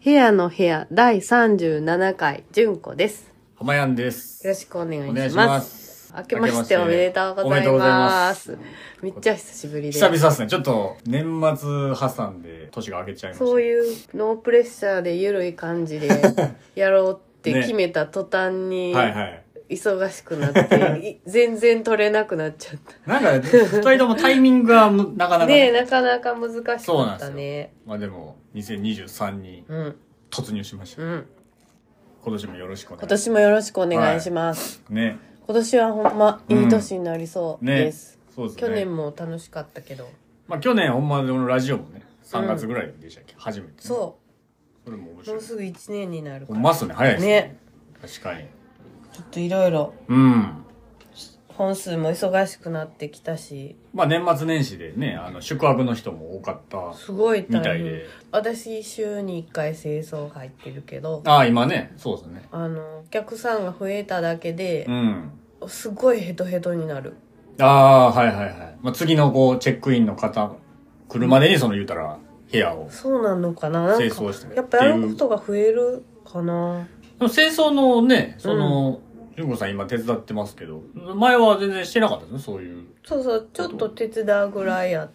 部屋の部屋第37回純子です。 浜やんです。 よろしくお願いします。 お願いします。 明けましておめでとうございます。めっちゃ久しぶりで。 久々ですね。ちょっと年末挟んで年が明けちゃいました。 そういうノープレッシャーでゆるい感じでやろうって決めた途端に、ね、はいはい。忙しくなって全然取れなくなっちゃったなんか2人ともタイミングがなかなかねえなかなか難しかったね。 まあでも2023に突入しました、うん、今年もよろしくお願いします。 今年もよろしくお願いします、 はい、ね。 今年はほんまいい年になりそうです、 ね、そうですね。 去年も楽しかったけど、 まあ去年ほんまのラジオもね3月ぐらいでしたっけ、初めて、ね、 そうそれも面白い。 もうすぐ1年になるから。 ほんまっすね、早いです ね。確かにちょっといろいろ本数も忙しくなってきたし、 まあ年末年始でね宿泊の人も多かったすごいみたいで、 私週に1回清掃入ってるけど、 ああ今ねそうですね、 お客さんが増えただけで、 うん、 すごいヘトヘトになる。 ああはいはいはい。まあ、次のこうチェックインの方来るまでにその言うたら部屋をそうなのかな、 清掃してやっぱやることが増えるかな。 清掃のね純子さん今手伝ってますけど、前は全然してなかったですね、そういう。 そうちょっと手伝うぐらいやって、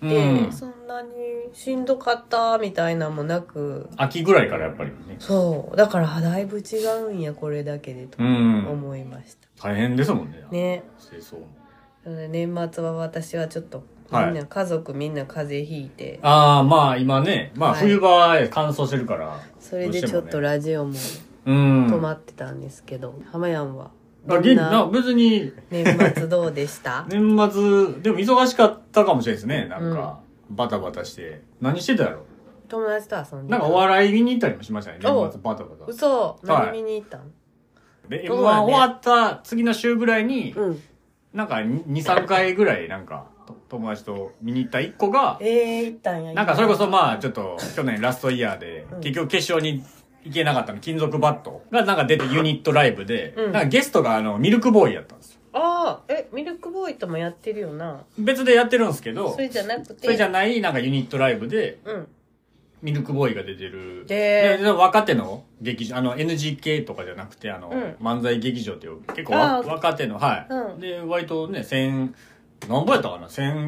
そんなにしんどかったみたいなもなく、 秋ぐらいからやっぱりね。 そうだからだいぶ違うんやこれだけでと思いました、 大変ですもんね。 ね、 清掃も。 年末は私はちょっと家族みんな風邪ひいて、 ああまあ今ね、まあ冬場は乾燥してるから、 それでちょっとラジオも止まってたんですけど、浜やんは別に年末どうでした年末でも忙しかったかもしれないですね。なんか、バタバタして何してたやろ。 友達と遊んでなんかお笑い見に行ったりもしましたね、年末バタバタ。 嘘、何見に行ったん？ で M1 終わった次の週ぐらいに、なんか 2,3 回ぐらいなんか友達と見に行った1個が行ったんや。 なんかそれこそまあちょっと去年ラストイヤーで、結局決勝に行けなかったの、金属バットがなんか出てユニットライブで、なんかゲストがミルクボーイやったんですよ。 ああ、ミルクボーイともやってるよな。 別でやってるんですけど、 それじゃなくて、 それじゃないなんかユニットライブで、ミルクボーイが出てる。 で、 若手の劇場、NGK とかじゃなくて、漫才劇場っていう結構若手の、はい。で、割とね、何ぼやったかな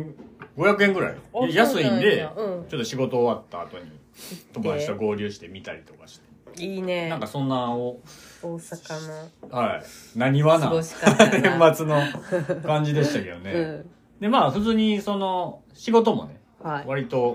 ?1,500 円ぐらい。安いんで、ちょっと仕事終わった後に友達と合流して見たりとかして。 いいね。 なんかそんな大阪の、はい。何わな年末の感じでしたけどね。で、まあ普通に仕事もね、割と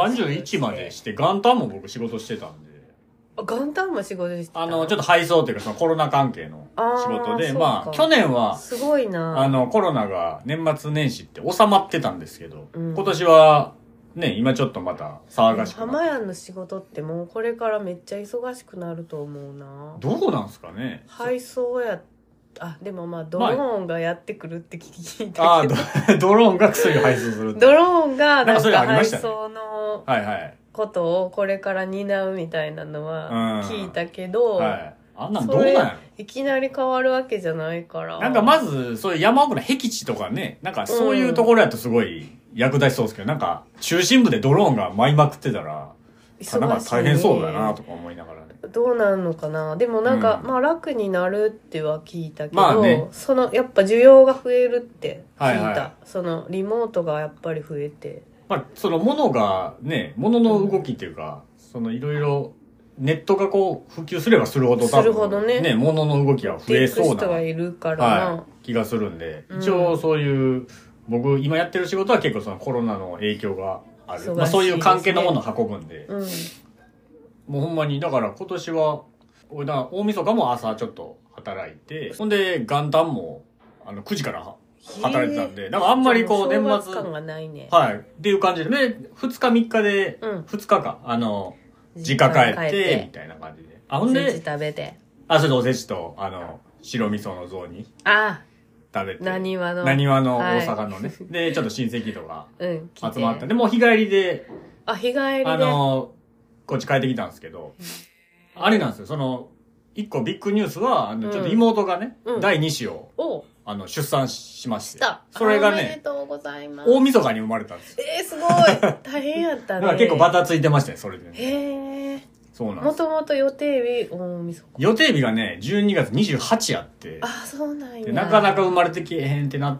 31までして、元旦も僕仕事してたんで。 元旦も仕事してた？ ちょっと配送っていうかコロナ関係の仕事で、まあ去年は、 すごいな。 コロナが年末年始って収まってたんですけど、今年は、ね、今ちょっとまた騒がしくなって。 浜屋の仕事ってもうこれからめっちゃ忙しくなると思うな。 どうなんすかね。 配送でもまあドローンがやってくるって聞いたけど、 ドローンが薬配送する。 ドローンがなんか配送のはいはい。 ことをこれから担うみたいなのは聞いたけど、 あんなんどうなんやろ。 いきなり変わるわけじゃないから。 なんかまずそういう山奥の僻地とかね、なんかそういうところやとすごい役立ちそうですけど、なんか中心部でドローンが舞いまくってたら、なんか大変そうだなとか思いながらね。 どうなるのかな。でもなんか、まあ楽になるっては聞いたけど、やっぱ需要が増えるって聞いた。リモートがやっぱり増えて。まあ物がね、物の動きっていうか、いろいろネットがこう普及すればするほど多分ね、物の動きが増えそうな、 人がいるから気がするんで、一応そういう僕今やってる仕事は結構コロナの影響がある、まあそういう関係のものを運ぶんで、もうほんまにだから今年は大晦日も朝ちょっと働いて、ほんで元旦も9時から働いてたんで、だからあんまりこう年末感がないね。 はいっていう感じでね、2日3日で、2日か実家帰ってみたいな感じで、 ほんでおせち食べて、 それでおせちと白味噌の雑煮食べて、なにわの大阪のね、でちょっと親戚とか集まったで、もう日帰りでこっち帰ってきたんですけど、あれなんですよ、一個ビッグニュースはちょっと妹がね、第2子を出産しまして、それがね、おめでとうございます。大晦日に生まれたんですよ。 すごい大変やったね。 だから結構バタついてましたね、それでね。 へー。 そうなんです。 もともと予定日大晦日。 予定日がね、12月28あって。 あ、そうなんや。 なかなか生まれてけえへんってなって、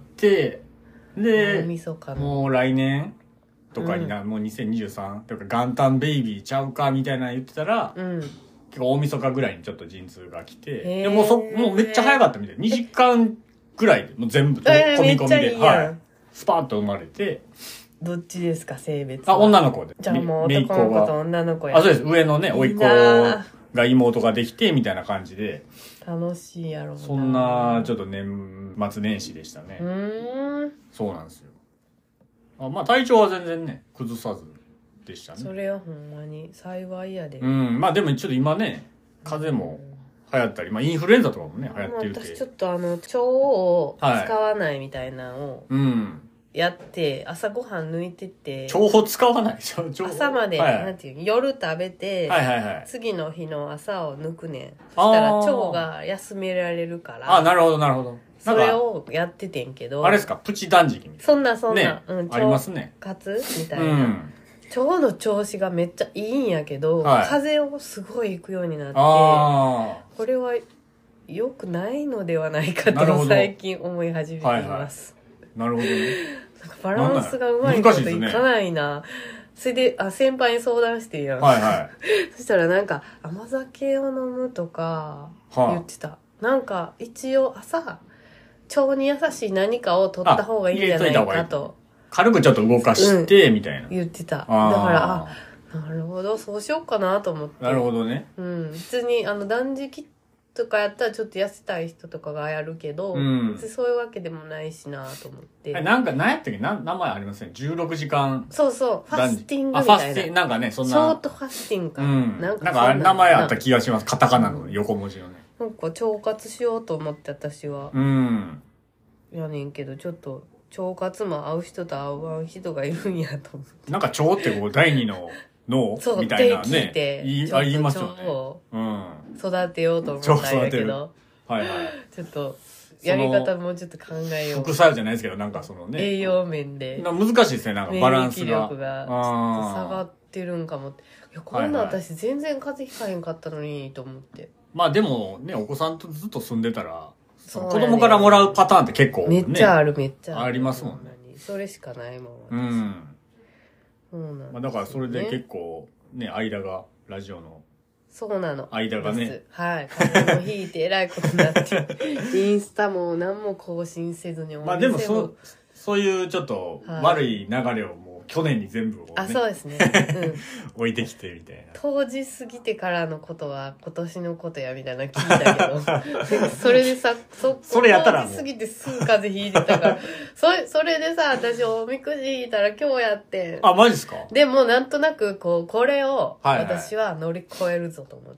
で、 大晦日のもう来年とかにもう2023とか元旦ベイビーちゃうかみたいなの言ってたら、結構大晦日ぐらいにちょっと陣痛が来て、でもうめっちゃ早かったみたい。2時間ぐらいでもう全部込み込みで、はい。スパーッと生まれて。 どっちですか、性別は？ あ、女の子で。 じゃあもう男の子と女の子や。 あ、そうです。上のね、甥っ子が妹ができて、みたいな感じで。 楽しいやろうな。 そんな、ちょっと年末年始でしたね。そうなんですよ。まあ体調は全然ね、崩さずでしたね。 それはほんまに幸いやで。 まあでもちょっと今ね、風邪も流行ったり、まあインフルエンザとかもね、流行ってるって。 私ちょっと腸を使わないみたいなのを、やって、朝ごはん抜いてて。 腸を使わない朝まで、なんていう、夜食べて、次の日の朝を抜くねん。そしたら腸が休められるから。 あ、なるほど、なるほど。 それをやっててんけど。 あれですか、プチ断食みたいな。 そんな。 ね、ありますね。 活みたいな。腸の調子がめっちゃいいんやけど、風邪をすごい行くようになって、これは良くないのではないかと最近思い始めています。 なるほどね。 なんかバランスがうまいこといかないな。それで、先輩に相談してるやん。そしたらなんか、甘酒を飲むとか言ってた。なんか、一応朝、腸に優しい何かを取った方がいいんじゃないかと。 軽くちょっと動かして、みたいな。 言ってた。だから、なるほど、そうしようかなと思って。 なるほどね。 普通に、断食とかやったらちょっと痩せたい人とかがやるけど、別にそういうわけでもないしなと思って。 なんか、何やったっけ名前ありません、16時間。 そうそう、ファスティングみたいな。 ファスティング、なんかね、そんな。 ショートファスティングか。 なんか名前あった気がします。カタカナの横文字のね。 なんか腸活しようと思って私は。やねんけど、ちょっと腸活も合う人と合う人がいるんやと思って。 なんか腸ってこう第二の脳みたいなね。言いますよね。 育てようと思ったんやけど。ちょっと、やり方もうちょっと考えよう。 副作用じゃないですけど、なんかそのね。 栄養面で。 難しいですね、なんかバランスが。 免疫力がちょっと下がってるんかもって。いや、こんな私全然風邪ひかへんかったのに、と思って。 まあでもね、お子さんとずっと住んでたら、子供からもらうパターンって結構ね。 めっちゃある、めっちゃある。 ありますもんね。 それしかないもん、 そうなんです。だからそれで結構、ね、間が、ラジオの。 そうなの。 間がね。 はい。風邪もひいて偉いことになって、インスタも何も更新せずにまあでもそういうちょっと悪い流れをもう去年に全部を、ね、 そうですね。 置いてきてみたいな。 当時過ぎてからのことは今年のことやみたいな聞いたけど、それでさ、 それやったら当時過ぎてすぐ風邪ひいてたから、それでさ、私おみくじ引いたら今日やって。 あ、マジですか？ でもなんとなくこれを私は乗り越えるぞと思って、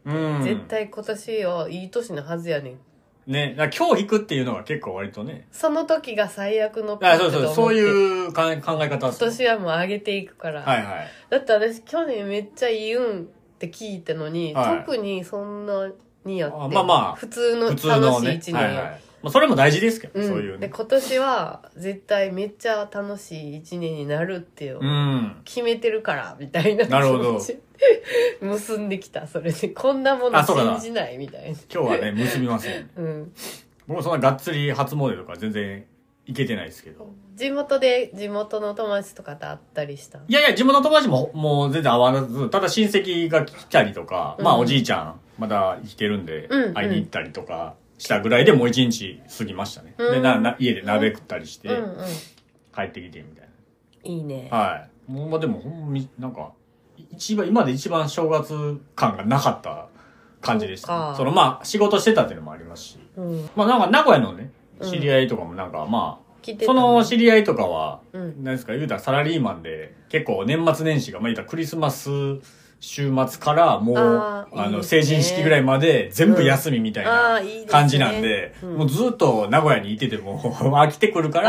絶対今年はいい年のはずやねん。 ね、今日引くっていうのが結構割とね。 その時が最悪のピッチと思って。そういう考え方です。 今年はもう上げていくから。だって私去年めっちゃいい運って聞いたのに、特にそんなにやって。普通の楽しい一年や。 それも大事ですけど、そういうで、今年は絶対めっちゃ楽しい一年になるっていう、決めてるから、みたいな。 なるほど。 結んできた、それで。こんなもの信じないみたいな。 今日はね、結びません。僕もそんながっつり初詣とか全然行けてないですけど。 地元の友達とかと会ったりした？ いやいや、地元の友達ももう全然会わず、ただ親戚が来たりとか、まあおじいちゃん、まだ生きてるんで、会いに行ったりとかしたぐらいでもう一日過ぎましたね。で、家で鍋食ったりして、帰ってきてみたいな。 いいね。 はい。もうでもほんまになんか、今で一番正月感がなかった感じでした、ね。まあ仕事してたっていうのもありますし。まあなんか名古屋のね、知り合いとかもなんかまあ、その知り合いとかは、何ですか、言うたらサラリーマンで、結構年末年始が、まあ言うたらクリスマス週末からもう、成人式ぐらいまで全部休みみたいな感じなんで、もうずっと名古屋にいてても飽きてくるから、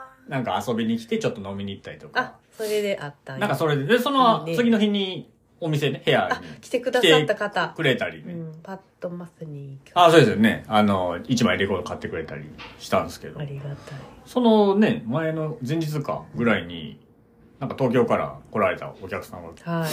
なんか遊びに来てちょっと飲みに行ったりとか。 それであったなんかそれで、その次の日にお店ね、部屋に来てくださった方。 くれたりね。 パッとマスに。 そうですよね。一枚レコード買ってくれたりしたんですけど。 ありがたい。 そのね、前日かぐらいに、なんか東京から来られたお客さんが、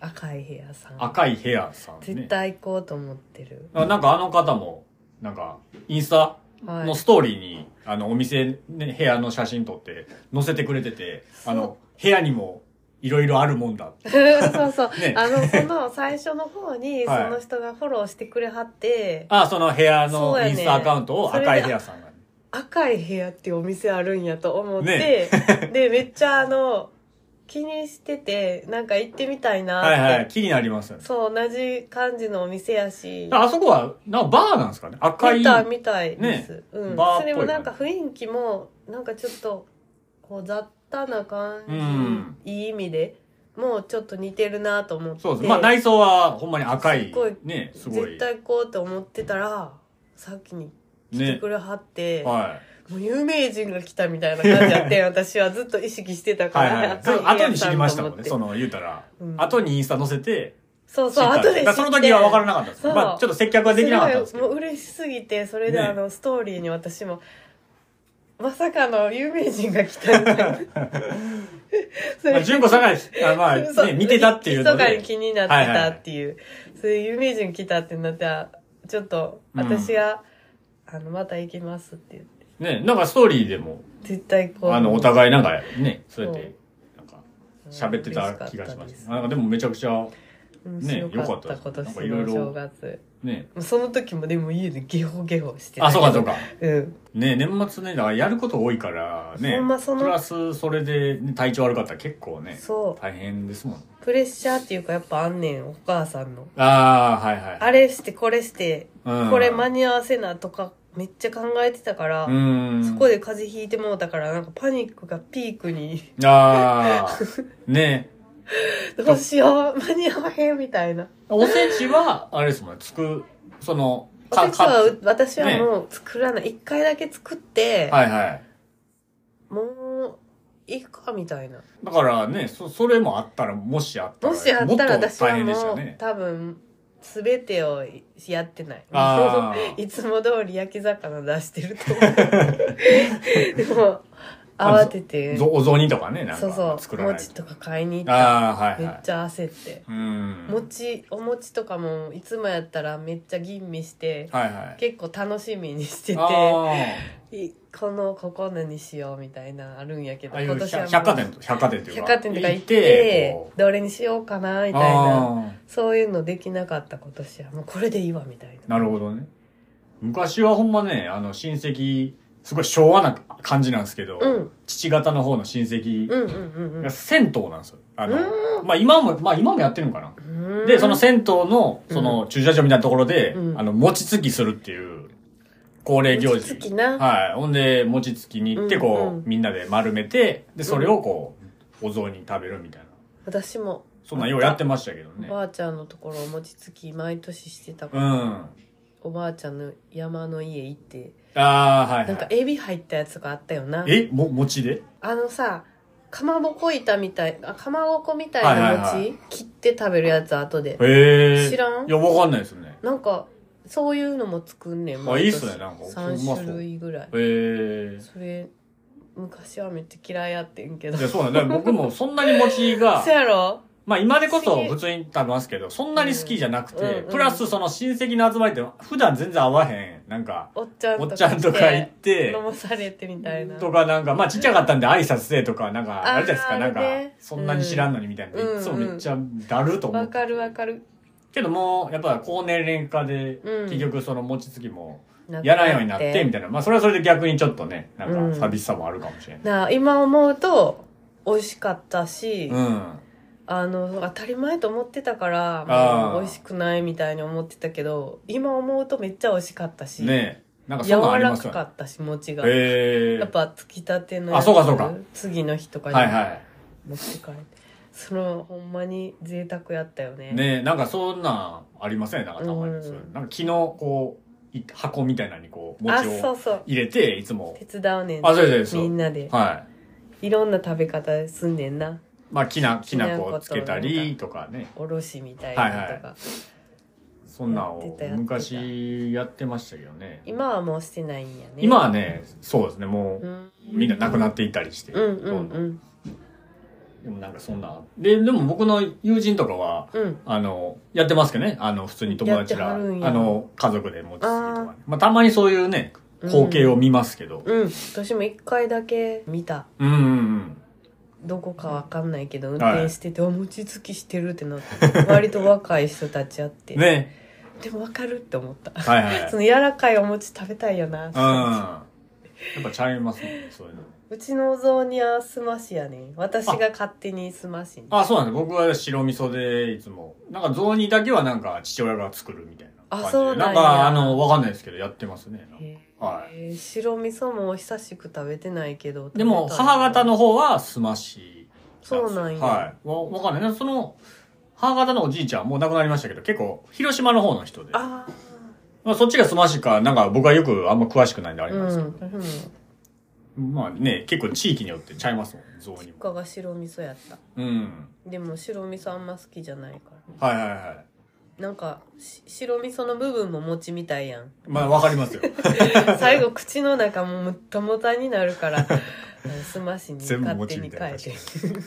赤い部屋さん。 赤い部屋さん、ね。 絶対行こうと思ってる。 なんかあの方も、なんか、インスタのストーリーに、お店、ね、部屋の写真撮って載せてくれてて、部屋にもいろいろあるもんだ。 そうそう。ね、その最初の方に、その人がフォローしてくれはって。 その部屋のインスタアカウントを赤い部屋さんが。 赤い部屋っていうお店あるんやと思って、で、めっちゃ気にしてて、なんか行ってみたいなって。 はいはい、気になりますよね。 そう、同じ感じのお店やし。 あそこは、なんかバーなんですかね、赤い。 みたいです。ね、うん。バーっぽい。それもなんか雰囲気も、なんかちょっと、こう雑多な感じ、いい意味で、もうちょっと似てるなと思って。 そうです。まあ内装はほんまに赤い。 すごい。 ね、すごい。 絶対行こうと思ってたら、さっきに来てくれはって、はい。もう有名人が来たみたいな感じやって私はずっと意識してたから、はいはい、 後に知りましたもんね、言うたら、後にインスタ載せて、 そうそう、後で知って。 その時は分からなかったです。まあちょっと接客はできなかったんですけど。 もう嬉しすぎて、それでストーリーに私も、まさかの有名人が来たみたいな。 まあ、純子さんが、まあ、ね、見てたっていうので。 密かに気になってたっていう、そういう有名人来たってなったら、ちょっと、私が、また行きますって言って。 ね、なんかストーリーでも、 絶対こう。 お互いなんかね、そうやって、なんか、喋ってた気がします。なんかでもめちゃくちゃ、ね、よかった。 今年の正月。 ね。 その時もでも家でゲホゲホしてた。 あ、そうかそうか。 うん。 ね、年末ね、だからやること多いからね。プラスそれで体調悪かったら結構ね、大変ですもん。 プレッシャーっていうかやっぱあんねん、お母さんの。 ああ、はいはい。 あれしてこれして、これ間に合わせなとかめっちゃ考えてたから、そこで風邪ひいてもうたから、なんかパニックがピークに。 ああ、ね。 どうしよう、間に合わへんみたいな。 おせちは、あれですもんね、おせちは私はもう作らない。一回だけ作って、 はいはい。 もう、いいか、みたいな。 だからね、それもあったら、もしあったら私はもう、多分、すべてをやってない。いつも通り焼き魚出してると思う。でも、慌てて。 お雑煮とかね、なんか作らない。餅とか買いに行った。めっちゃ焦って。お餅とかもいつもやったらめっちゃ吟味して、結構楽しみにしてて、ここ何しようみたいなあるんやけど、 今年は百貨店とか行って、どれにしようかなみたいな、そういうのできなかった今年は。もうこれでいいわみたいな。なるほどね。昔はほんまね、親戚、すごい昭和な感じなんですけど、父方の方の親戚が銭湯なんですよ。まあ今もやってるのかな。で、その銭湯の、その駐車場みたいなところで、餅つきするっていう、恒例行事。 餅つきな。 はい。ほんで、餅つきに行って、みんなで丸めて、で、それをお雑煮食べるみたいな。 私も。 そんなんようやってましたけどね。 おばあちゃんのところ餅つき毎年してたから。おばあちゃんの山の家行って。 はい。 なんかエビ入ったやつがあったよな。 餅でさ、かまぼこみたいな餅、切って食べるやつ後で。知らん？ いや、わかんないですね。 なんか、そういうのも作んねん。 いいっすね、なんか。 3種類ぐらい。それ、昔はめっちゃ嫌いやってんけど。 いや、そうなんだ。僕もそんなに餅が。 そうやろ？ まあ今でこそ普通に食べますけど、そんなに好きじゃなくて、プラスその親戚の集まりって普段全然会わへん。なんか、おっちゃんとか行って、 飲まされてみたいな。 とかなんか、まあちっちゃかったんで挨拶でとか、なんか、あれじゃないですか、なんか、そんなに知らんのにみたいな。いつもめっちゃだると思う。 わかる。 けどもう、やっぱ高年齢化で、結局その餅つきも、やらんようになって、みたいな。まあそれはそれで逆にちょっとね、なんか寂しさもあるかもしれない。 今思うと、美味しかったし、当たり前と思ってたから、もう美味しくないみたいに思ってたけど、今思うとめっちゃ美味しかったし、 ね、なんか柔らかかったし、餅が。やっぱつきたてのやつ、次の日とかに持って帰って。ほんまに贅沢やったよね。 ね、なんかそんなんありません？なんかたまに。なんか昨日箱みたいなのに餅を入れて、いつも。 手伝うねん。みんなで。 はい。 いろんな食べ方すんねんな。 まあ、きな粉をつけたりとかね。 おろしみたいなのとか。 そんなんを昔やってましたけどね。 今はもうしてないんやね。 今はね、そうですね、もうみんな亡くなっていたりして。 でもなんかそんな。でも僕の友人とかは、やってますけどね。普通に友達ら、家族で餅つきとか、ね。たまにそういうね、光景を見ますけど。 私も一回だけ見た。どこかわかんないけど、運転してて、餅つきしてるってなって、割と若い人たちあって。ね。でもわかるって思った。その柔らかいお餅食べたいよな。やっぱちゃいますもんね、そういうの。 うちのお雑煮はすましやね。私が勝手にすましに。 そうなんです。僕は白味噌でいつも。なんか雑煮だけはなんか父親が作るみたいな感じで。そうなんや。なんかわかんないですけど、やってますね。 白味噌も久しく食べてないけど。 でも、母方の方はすまし。 そうなんや。 はい。わかんない。その、母方のおじいちゃんもう亡くなりましたけど、結構、広島の方の人で。そっちがすましか、なんか僕はよくあんま詳しくないんでありますけど。まあね、結構地域によってちゃいますもん、雑煮も。 実家が白味噌やった。でも白味噌あんま好きじゃないから。 なんか、白味噌の部分も餅みたいやん。 わかりますよ。 最後口の中ももったもたになるから、すましに勝手に変えて。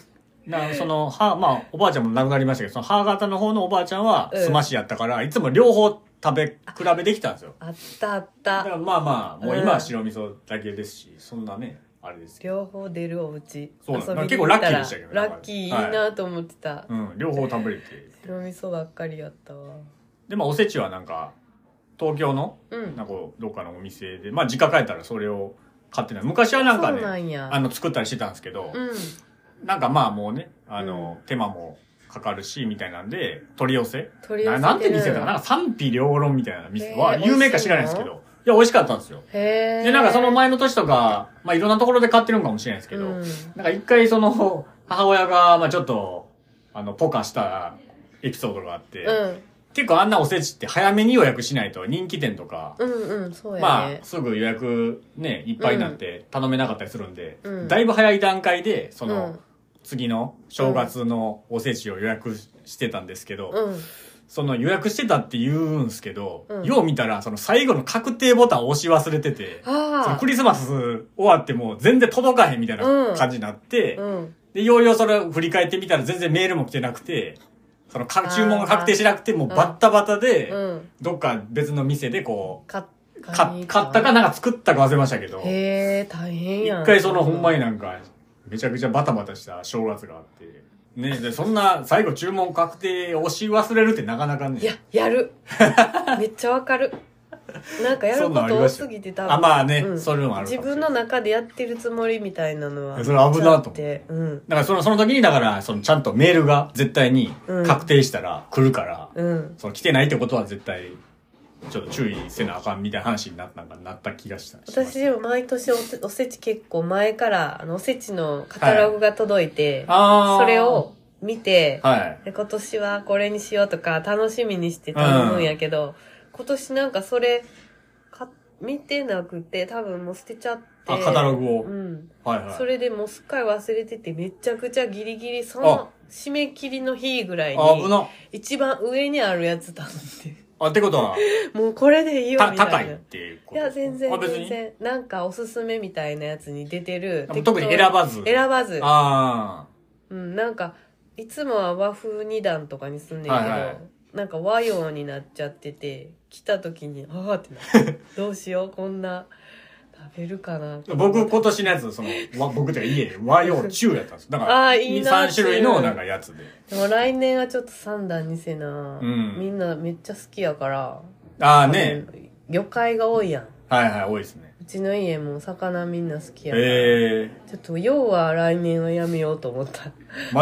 おばあちゃんも亡くなりましたけど、その母方の方のおばあちゃんはすましやったから、いつも両方比べできたんですよ。 あったあった。 だからもう今は白味噌だけですし、そんなね、あれです両方出るお家。 そうなん結構ラッキーでしたけどね。 ラッキーいいなと思ってた。 両方食べれて。 白味噌ばっかりやったわ。 で、おせちはなんか、東京の、なんかどっかのお店で、実家帰ったらそれを買ってない。昔はなんかね、作ったりしてたんですけど、なんかもうね、手間もかかるし、みたいなんで、取り寄せなんて店だかなんか賛否両論みたいな店は、有名か知らないですけど、いや、美味しかったんですよ。で、なんかその前の年とか、いろんなところで買ってるのかもしれないですけど、なんか一回その、母親が、ちょっと、ポカしたエピソードがあって、結構あんなおせちって早めに予約しないと人気店とか、 そうやね。 すぐ予約ね、いっぱいになって頼めなかったりするんで、だいぶ早い段階で、その、次の正月のおせちを予約してたんですけど、その予約してたって言うんすけど、よう見たら、その最後の確定ボタンを押し忘れてて、そのクリスマス終わっても全然届かへんみたいな感じになって、で、ようようそれを振り返ってみたら全然メールも来てなくて、その注文が確定しなくてもうバッタバタで、どっか別の店でこう、買ったかなんか作ったか忘れましたけど、 大変やん。 一回そのほんまになんか、めちゃくちゃバタバタした正月があって、ねで、そんな最後注文確定押し忘れるってなかなかね。 いや、やる。めっちゃわかる。なんかやること多すぎて多分。それもある。 自分の中でやってるつもりみたいなのは。 それ危なと思って。だからその時にだから、ちゃんとメールが絶対に確定したら来るから、その来てないってことは絶対、ちょっと注意せなあかんみたいな話になった気がした。 私でも毎年おせち結構前からおせちのカタログが届いて、それを見て、今年はこれにしようとか楽しみにして頼むんやけど、今年なんかそれ見てなくて多分もう捨てちゃって。 カタログを。 それでもうすっかり忘れててめちゃくちゃギリギリその締め切りの日ぐらいに一番上にあるやつ頼んで。 ってことはもうこれでいいよみたいな。 高いっていうこと？ いや、全然。なんかおすすめみたいなやつに出てる。 特に選ばず。 なんか、いつもは和風2段とかにすんねんけど、なんか和洋になっちゃってて、来た時に、ってなって、どうしよう、こんな。食べるかな。 僕今年のやつ、僕とか家で和洋中やったんです。だから、3種類のなんかやつで。 でも来年はちょっと3段にせな、みんなめっちゃ好きやから。 ね。 魚介が多いやん。 多いですね。 うちの家も魚みんな好きやから。ちょっと洋は来年はやめようと思った。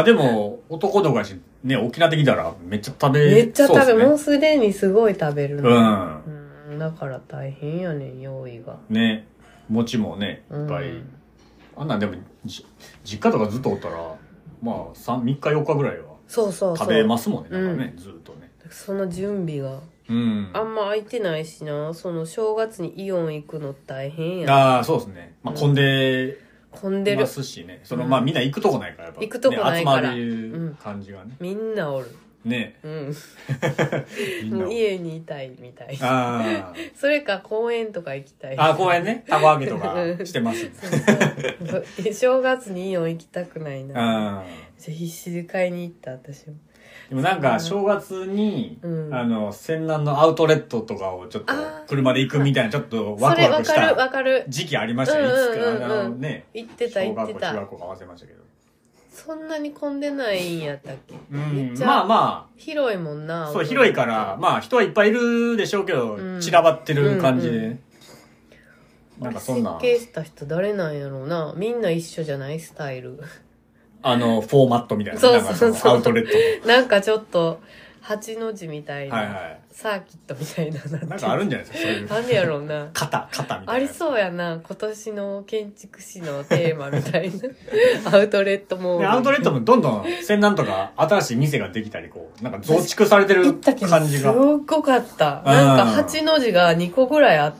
でも、男とかし、ね、沖縄できたらめっちゃ食べそうですね。 めっちゃ食べ、もうすでにすごい食べるの。だから大変やねん、用意が。 ね。餅もね、いっぱい。あんなんでも、実家とかずっとおったら、3日4日ぐらいは。食べますもんね、なんかね、ずっとね。 その準備が。あんま空いてないしな、その正月にイオン行くの大変や。 そうですね。混んでる。 ますしね。みんな行くとこないから、やっぱ。 行くとこないから。 集まる感じがね。 みんなおる。 ねもう家にいたいみたいな。それか公園とか行きたい。 公園ね。たこ揚げとかしてます。 そう正月にイオン行きたくないな。必死で買いに行った、私も。 でもなんか正月に、泉南のアウトレットとかをちょっと車で行くみたいなちょっとワクワクした時期ありましたよ。いつかね。行ってた行ってた。 小学校か忘れましたけど。 そんなに混んでないんやったっけ？ まあまあ。 広いもんな。 そう、広いから、まあ人はいっぱいいるでしょうけど、散らばってる感じで。 なんかそんな。設計した人誰なんやろうな。みんな一緒じゃないスタイル。 フォーマットみたいな。そうそうそう。アウトレット。 なんかちょっと、8の字みたいな、サーキットみたいな。 なんかあるんじゃないですか、そういう。 何やろうな。 肩みたいな。 ありそうやな、今年の建築士のテーマみたいな。アウトレットも。 アウトレットもどんどん、泉南とか新しい店ができたり、こう、なんか増築されてる感じが。 すごかった。なんか8の字が2個ぐらいあって。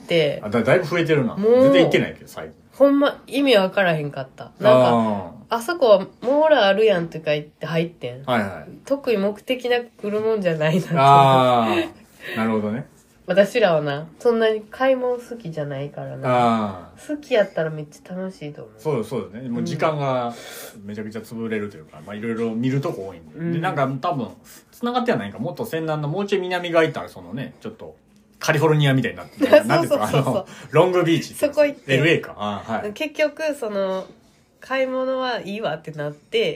だいぶ増えてるな。全然行ってないけど、最近。 ほんま、意味わからへんかった。なんか、あそこはモーラあるやんとか言って入ってん。特に目的なく来るもんじゃないななるほどね。 私らはな、そんなに買い物好きじゃないからな。好きやったらめっちゃ楽しいと思う。そうですね。もう時間がめちゃくちゃ潰れるというか、まあいろいろ見るとこ多いんで。で、なんか多分、繋がってはないんか、もっと泉南のもうちょい南側行ったら、そのね、ちょっと、カリフォルニアみたいになってる。なんですかロングビーチ。 そこ行って。 LA か。 結局、買い物はいいわってなって、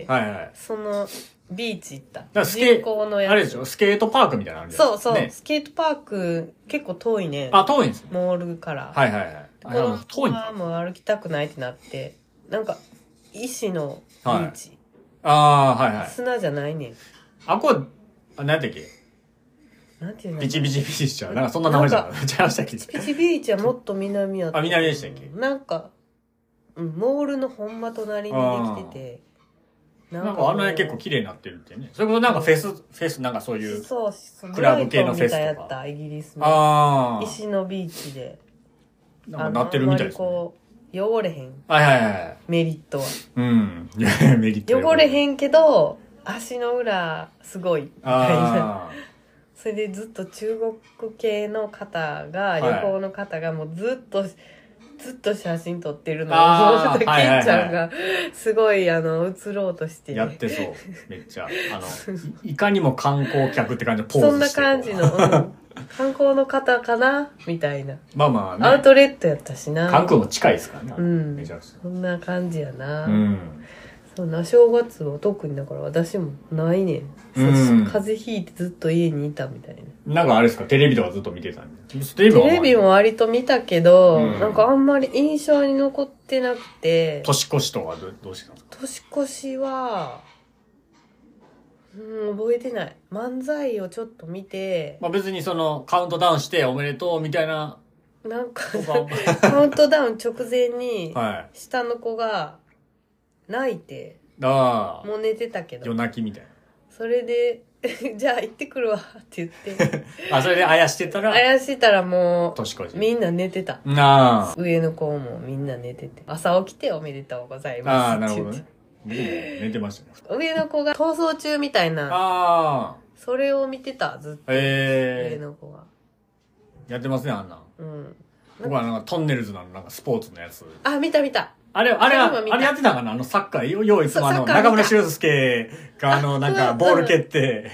その、ビーチ行った。人工のやつ。 あれでしょスケートパークみたいなのあるじゃないですか。 そう。スケートパーク、結構遠いね。 遠いんですね。 モールから。遠いんです。もう歩きたくないってなって、なんか、石のビーチ。砂じゃないねん。 何やったっけなんていうのビチビチビチしちゃう。なんかそんな名前じゃなちゃいましたっけビチビーチはもっと南やった。 南でしたっけなんか、モールのほんま隣にできてて。 なんか辺結構綺麗になってるってね。それこそなんかフェスなんかそういう。クラブ系のフェスとか。 やった、イギリスの。石のビーチで。 なんかなってるみたいですね。 汚れへん。メリットは。 メリット。 汚れへんけど、足の裏、すごい。みたいな。それでずっと中国系の方が、旅行の方がもうずっと写真撮ってるのを、ケンちゃんが、すごい、映ろうとして。 やってそう。めっちゃ。いかにも観光客って感じのポーズして。 そんな感じの、観光の方かなみたいな。 まあまあね。 アウトレットやったしな。 関空も近いですからね。 めちゃくちゃ。そんな感じやな。そうな、正月は特にだから私もないねん。風邪ひいてずっと家にいたみたいな。 なんかあれですか、テレビとかずっと見てたんで。 テレビも割と見たけど、なんかあんまり印象に残ってなくて。 年越しとかどうしてたんですか？ 年越しは、覚えてない。漫才をちょっと見て。 まあ別にカウントダウンしておめでとうみたいな。 なんか、カウントダウン直前に、下の子が、泣いて、もう寝てたけど。 夜泣きみたいな。 それで、じゃあ行ってくるわって言って。 それであやしてたらもう、みんな寝てた。上の子もみんな寝てて。朝起きておめでとうございますって言って。 なるほどね。寝てましたね。 上の子が逃走中みたいな。それを見てた、ずっと。上の子が。 やってますね、あんな。僕はなんかトンネルズのなんかスポーツのやつ。 見た。 あれやってたかなサッカー、よういつも中村俊輔がなんかボール蹴って、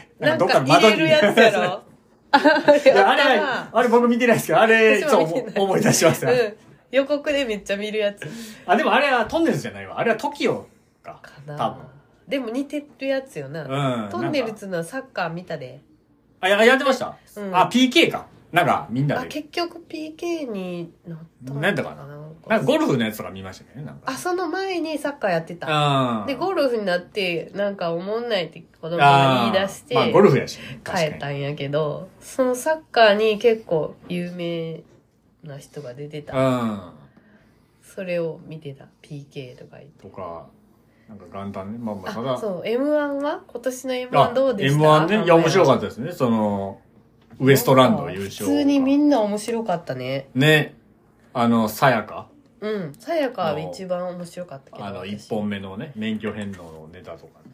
なんかどっか窓に入れるやつやろあれ僕見てないですけど、あれ、いつも思い出しますよ。 予告でめっちゃ見るやつ。 でもあれはトンネルズじゃないわ。あれは TOKIO か。多分。 でも似てるやつよな。トンネルズのサッカー見たで。 やってました？PK か。なんか、みんなで。 結局 PK になったなんだかな。なんかゴルフのやつとか見ましたね。なんかその前にサッカーやってた。で、ゴルフになって、なんか思んないって子供が言い出して、 ゴルフやし、 帰ったんやけど、そのサッカーに結構有名な人が出てた。それを見てた。PK とか言って。 とか、なんか元旦ね。まあただ。 そう、M1 は今年の M1 どうでした？ M1 ね。いや、面白かったですね。ウエストランド優勝。 普通にみんな面白かったね。 ね。さやか。 さやかは一番面白かったけど。 1本目のね、免許返納のネタとかね。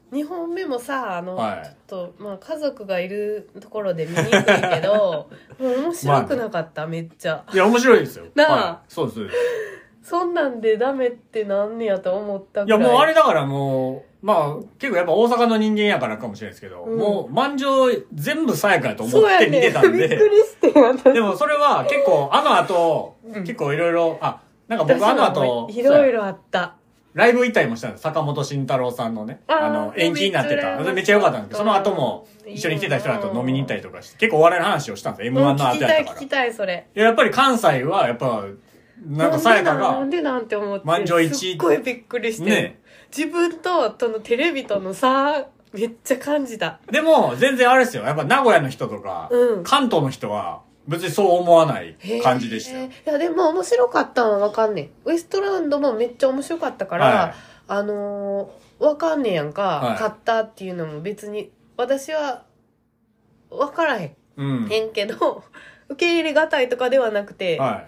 2本目もさ、はい、ちょっと、まあ、家族がいるところで見にくいけど、もう面白くなかった、めっちゃ。 いや、面白いですよ。 なあ、 はい、そうです。 そんなんでダメってなんねやと思ったぐらい。 いや、もうあれだからもう、まあ、結構やっぱ大阪の人間やからかもしれないですけど、もう満場全部さやかやと思って見てたんで。 びっくりして私。 でもそれは結構、後、結構いろいろ、なんか僕後、 いろいろあった。 ライブ行ったりもしたんです。坂本慎太郎さんのね、延期になってた。めっちゃ良かったんですけど、その後も一緒に来てた人らと飲みに行ったりとかして、結構お笑いの話をしたんですよ。M1 の後やったから。 聞きたい、それ。 やっぱり関西は、やっぱ、なんかさやかが、 なんでなんて思って。 満場一致。 すっごいびっくりして。ね。自分と、テレビとの差、めっちゃ感じた。 でも、全然あれですよ。やっぱ名古屋の人とか、関東の人は、別にそう思わない感じでしたよ。いや、でも面白かったのはわかんねえ。ウエストランドもめっちゃ面白かったから、はい、わかんねえやんか、はい、買ったっていうのも別に、私は、わからへん。へんけど、受け入れがたいとかではなくて、はい、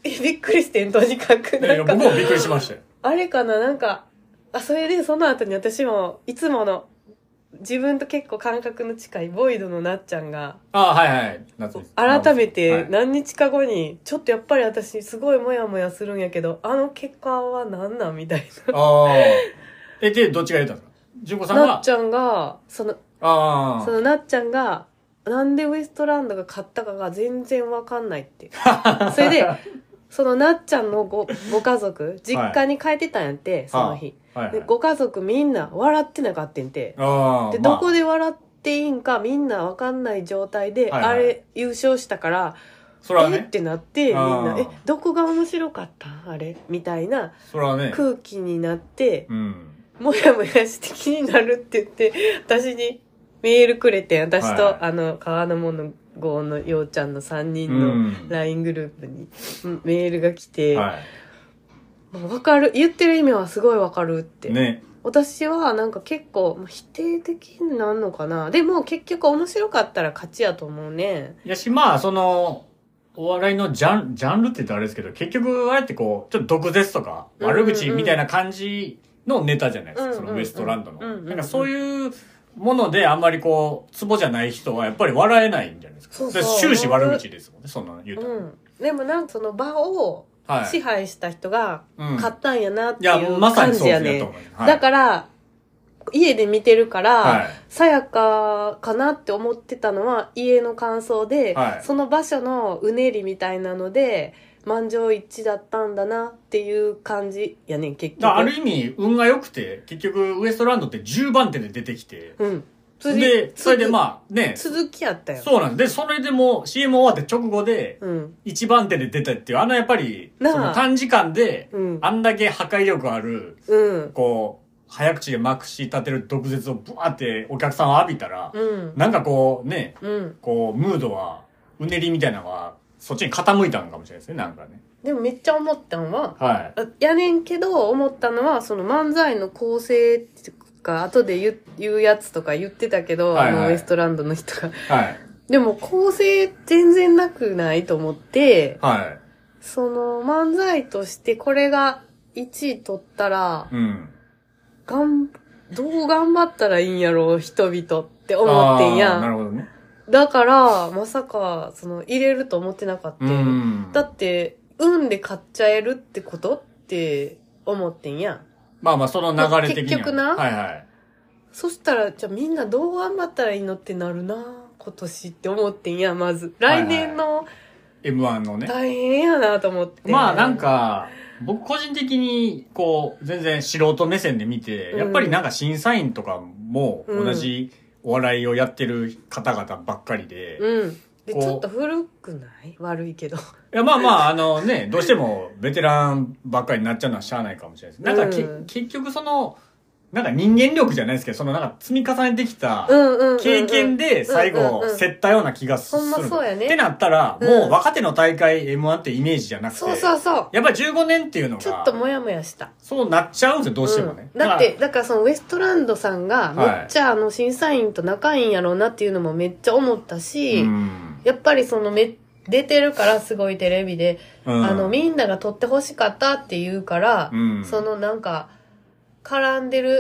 びっくりしてん、とにかく。 いや、僕もびっくりしましたよ。 あれかな、なんか、それでその後に私も、いつもの、自分と結構感覚の近いボイドのなっちゃんが、 はいはい。 改めて何日か後に、ちょっとやっぱり私すごいモヤモヤするんやけど、あの結果は何なんみたいな。 で、どっちが言ったんですか？純子さんが。 なっちゃんが、そのなっちゃんが、なんでウエストランドが勝ったかが全然わかんないって。それで、そのなっちゃんのご家族、実家に帰ってたんやって、その日。でご家族みんな笑ってなかったんて。で、どこで笑っていいんかみんなわかんない状態で、あれ優勝したから、ってなって、みんな、どこが面白かったあれみたいな空気になって、もやもやして気になるって言って、私にメールくれて、私と、川の門の郷のようちゃんの3人の LINE グループにメールが来て、わかる。言ってる意味はすごいわかるって。ね。私はなんか結構否定的になるのかな。でも結局面白かったら勝ちやと思うね。 いやし、まあ、お笑いのジャンルって言ったらあれですけど、結局あれってこう、ちょっと毒舌とか悪口みたいな感じのネタじゃないですか。そのウエストランドの。なんかそういうものであんまりこう、ツボじゃない人はやっぱり笑えないんじゃないですか。そう終始悪口ですもんね、そんなの言うたら。 でもなんかその場を、支配した人が買ったんやなっていう感じやね。だから、家で見てるから、さやかかなって思ってたのは家の感想で、その場所のうねりみたいなので、満場一致だったんだなっていう感じやねん、結局。 ある意味、運が良くて、結局ウエストランドって10番手で出てきて、で、それでまあね。 続きやったよ。 そうなんで、それでも CM 終わって直後で、一番手で出たっていう、やっぱり、その短時間で、あんだけ破壊力ある、こう、早口でまくし立てる毒舌をブワーってお客さんを浴びたら、なんかこうね、こう、ムードは、うねりみたいなのは、そっちに傾いたのかもしれないですね、なんかね。 でもめっちゃ思ったのは、やねんけど、思ったのは、その漫才の構成ってか、後で言うやつとか言ってたけど、ウエストランドの人が。でも構成全然なくないと思って、その漫才としてこれが1位取ったら、どう頑張ったらいいんやろう、人々って思ってんや。 なるほどね。 だから、まさか、入れると思ってなかった。だって、運で買っちゃえるってことって思ってんや。 まあまあ、その流れ的には。 結局な。そしたら、じゃあみんなどう頑張ったらいいのってなるな、今年って思ってんや、まず。来年の、 M1 のね。 大変やなと思って。 まあなんか、僕個人的に、こう、全然素人目線で見て、やっぱりなんか審査員とかも同じお笑いをやってる方々ばっかりで、 で、ちょっと古くない悪いけど。いや、まあまあ、どうしてもベテランばっかりになっちゃうのはしゃあないかもしれないです。なんか結局なんか人間力じゃないですけど、なんか積み重ねてきた経験で最後競ったような気がする。 ほんまそうやね。 ってなったら、もう若手の大会 M1 ってイメージじゃなくて。 そう。 やっぱり15年っていうのが。 ちょっともやもやした。 そうなっちゃうんですよ、どうしてもね。 だからそのウエストランドさんがめっちゃ審査員と仲いいんやろうなっていうのもめっちゃ思ったし、やっぱり出てるからすごいテレビで、みんなが撮ってほしかったって言うから、なんか、絡んでる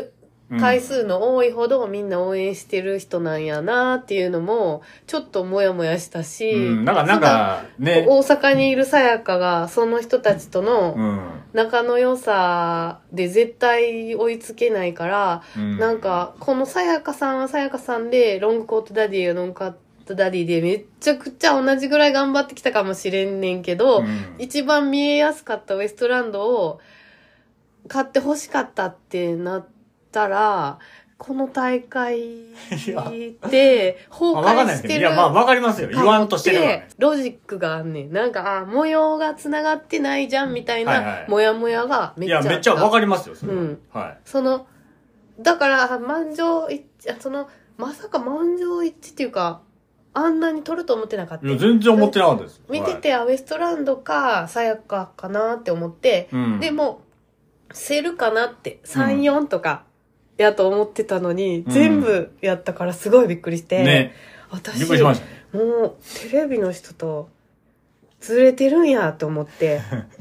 回数の多いほどみんな応援してる人なんやなっていうのもちょっともやもやしたし、 なんかね、 大阪にいるさやかがその人たちとの仲の良さで絶対追いつけないから、なんかこのさやかさんはさやかさんでロングコートダディはロングコートダディでめっちゃくちゃ同じぐらい頑張ってきたかもしれんねんけど、一番見えやすかったウエストランドを買って欲しかったってなったら、この大会で崩壊してる。 いや、まあわかりますよ。言わんとしてるからね。 ロジックがあんねん。なんか、模様が繋がってないじゃんみたいな、モヤモヤがめっちゃあった。 いや、めっちゃわかりますよ、それは。はい。 だから、まさか満場一致っていうか、あんなに取ると思ってなかった。 いや、全然思ってなかったです。 見てて、ウエストランドか、さやかかなって思って、でも、セルかなって、3、4とか、やと思ってたのに、全部やったからすごいびっくりして、 ね、 私、 びっくりしましたね。 もう、テレビの人と、ずれてるんやと思って、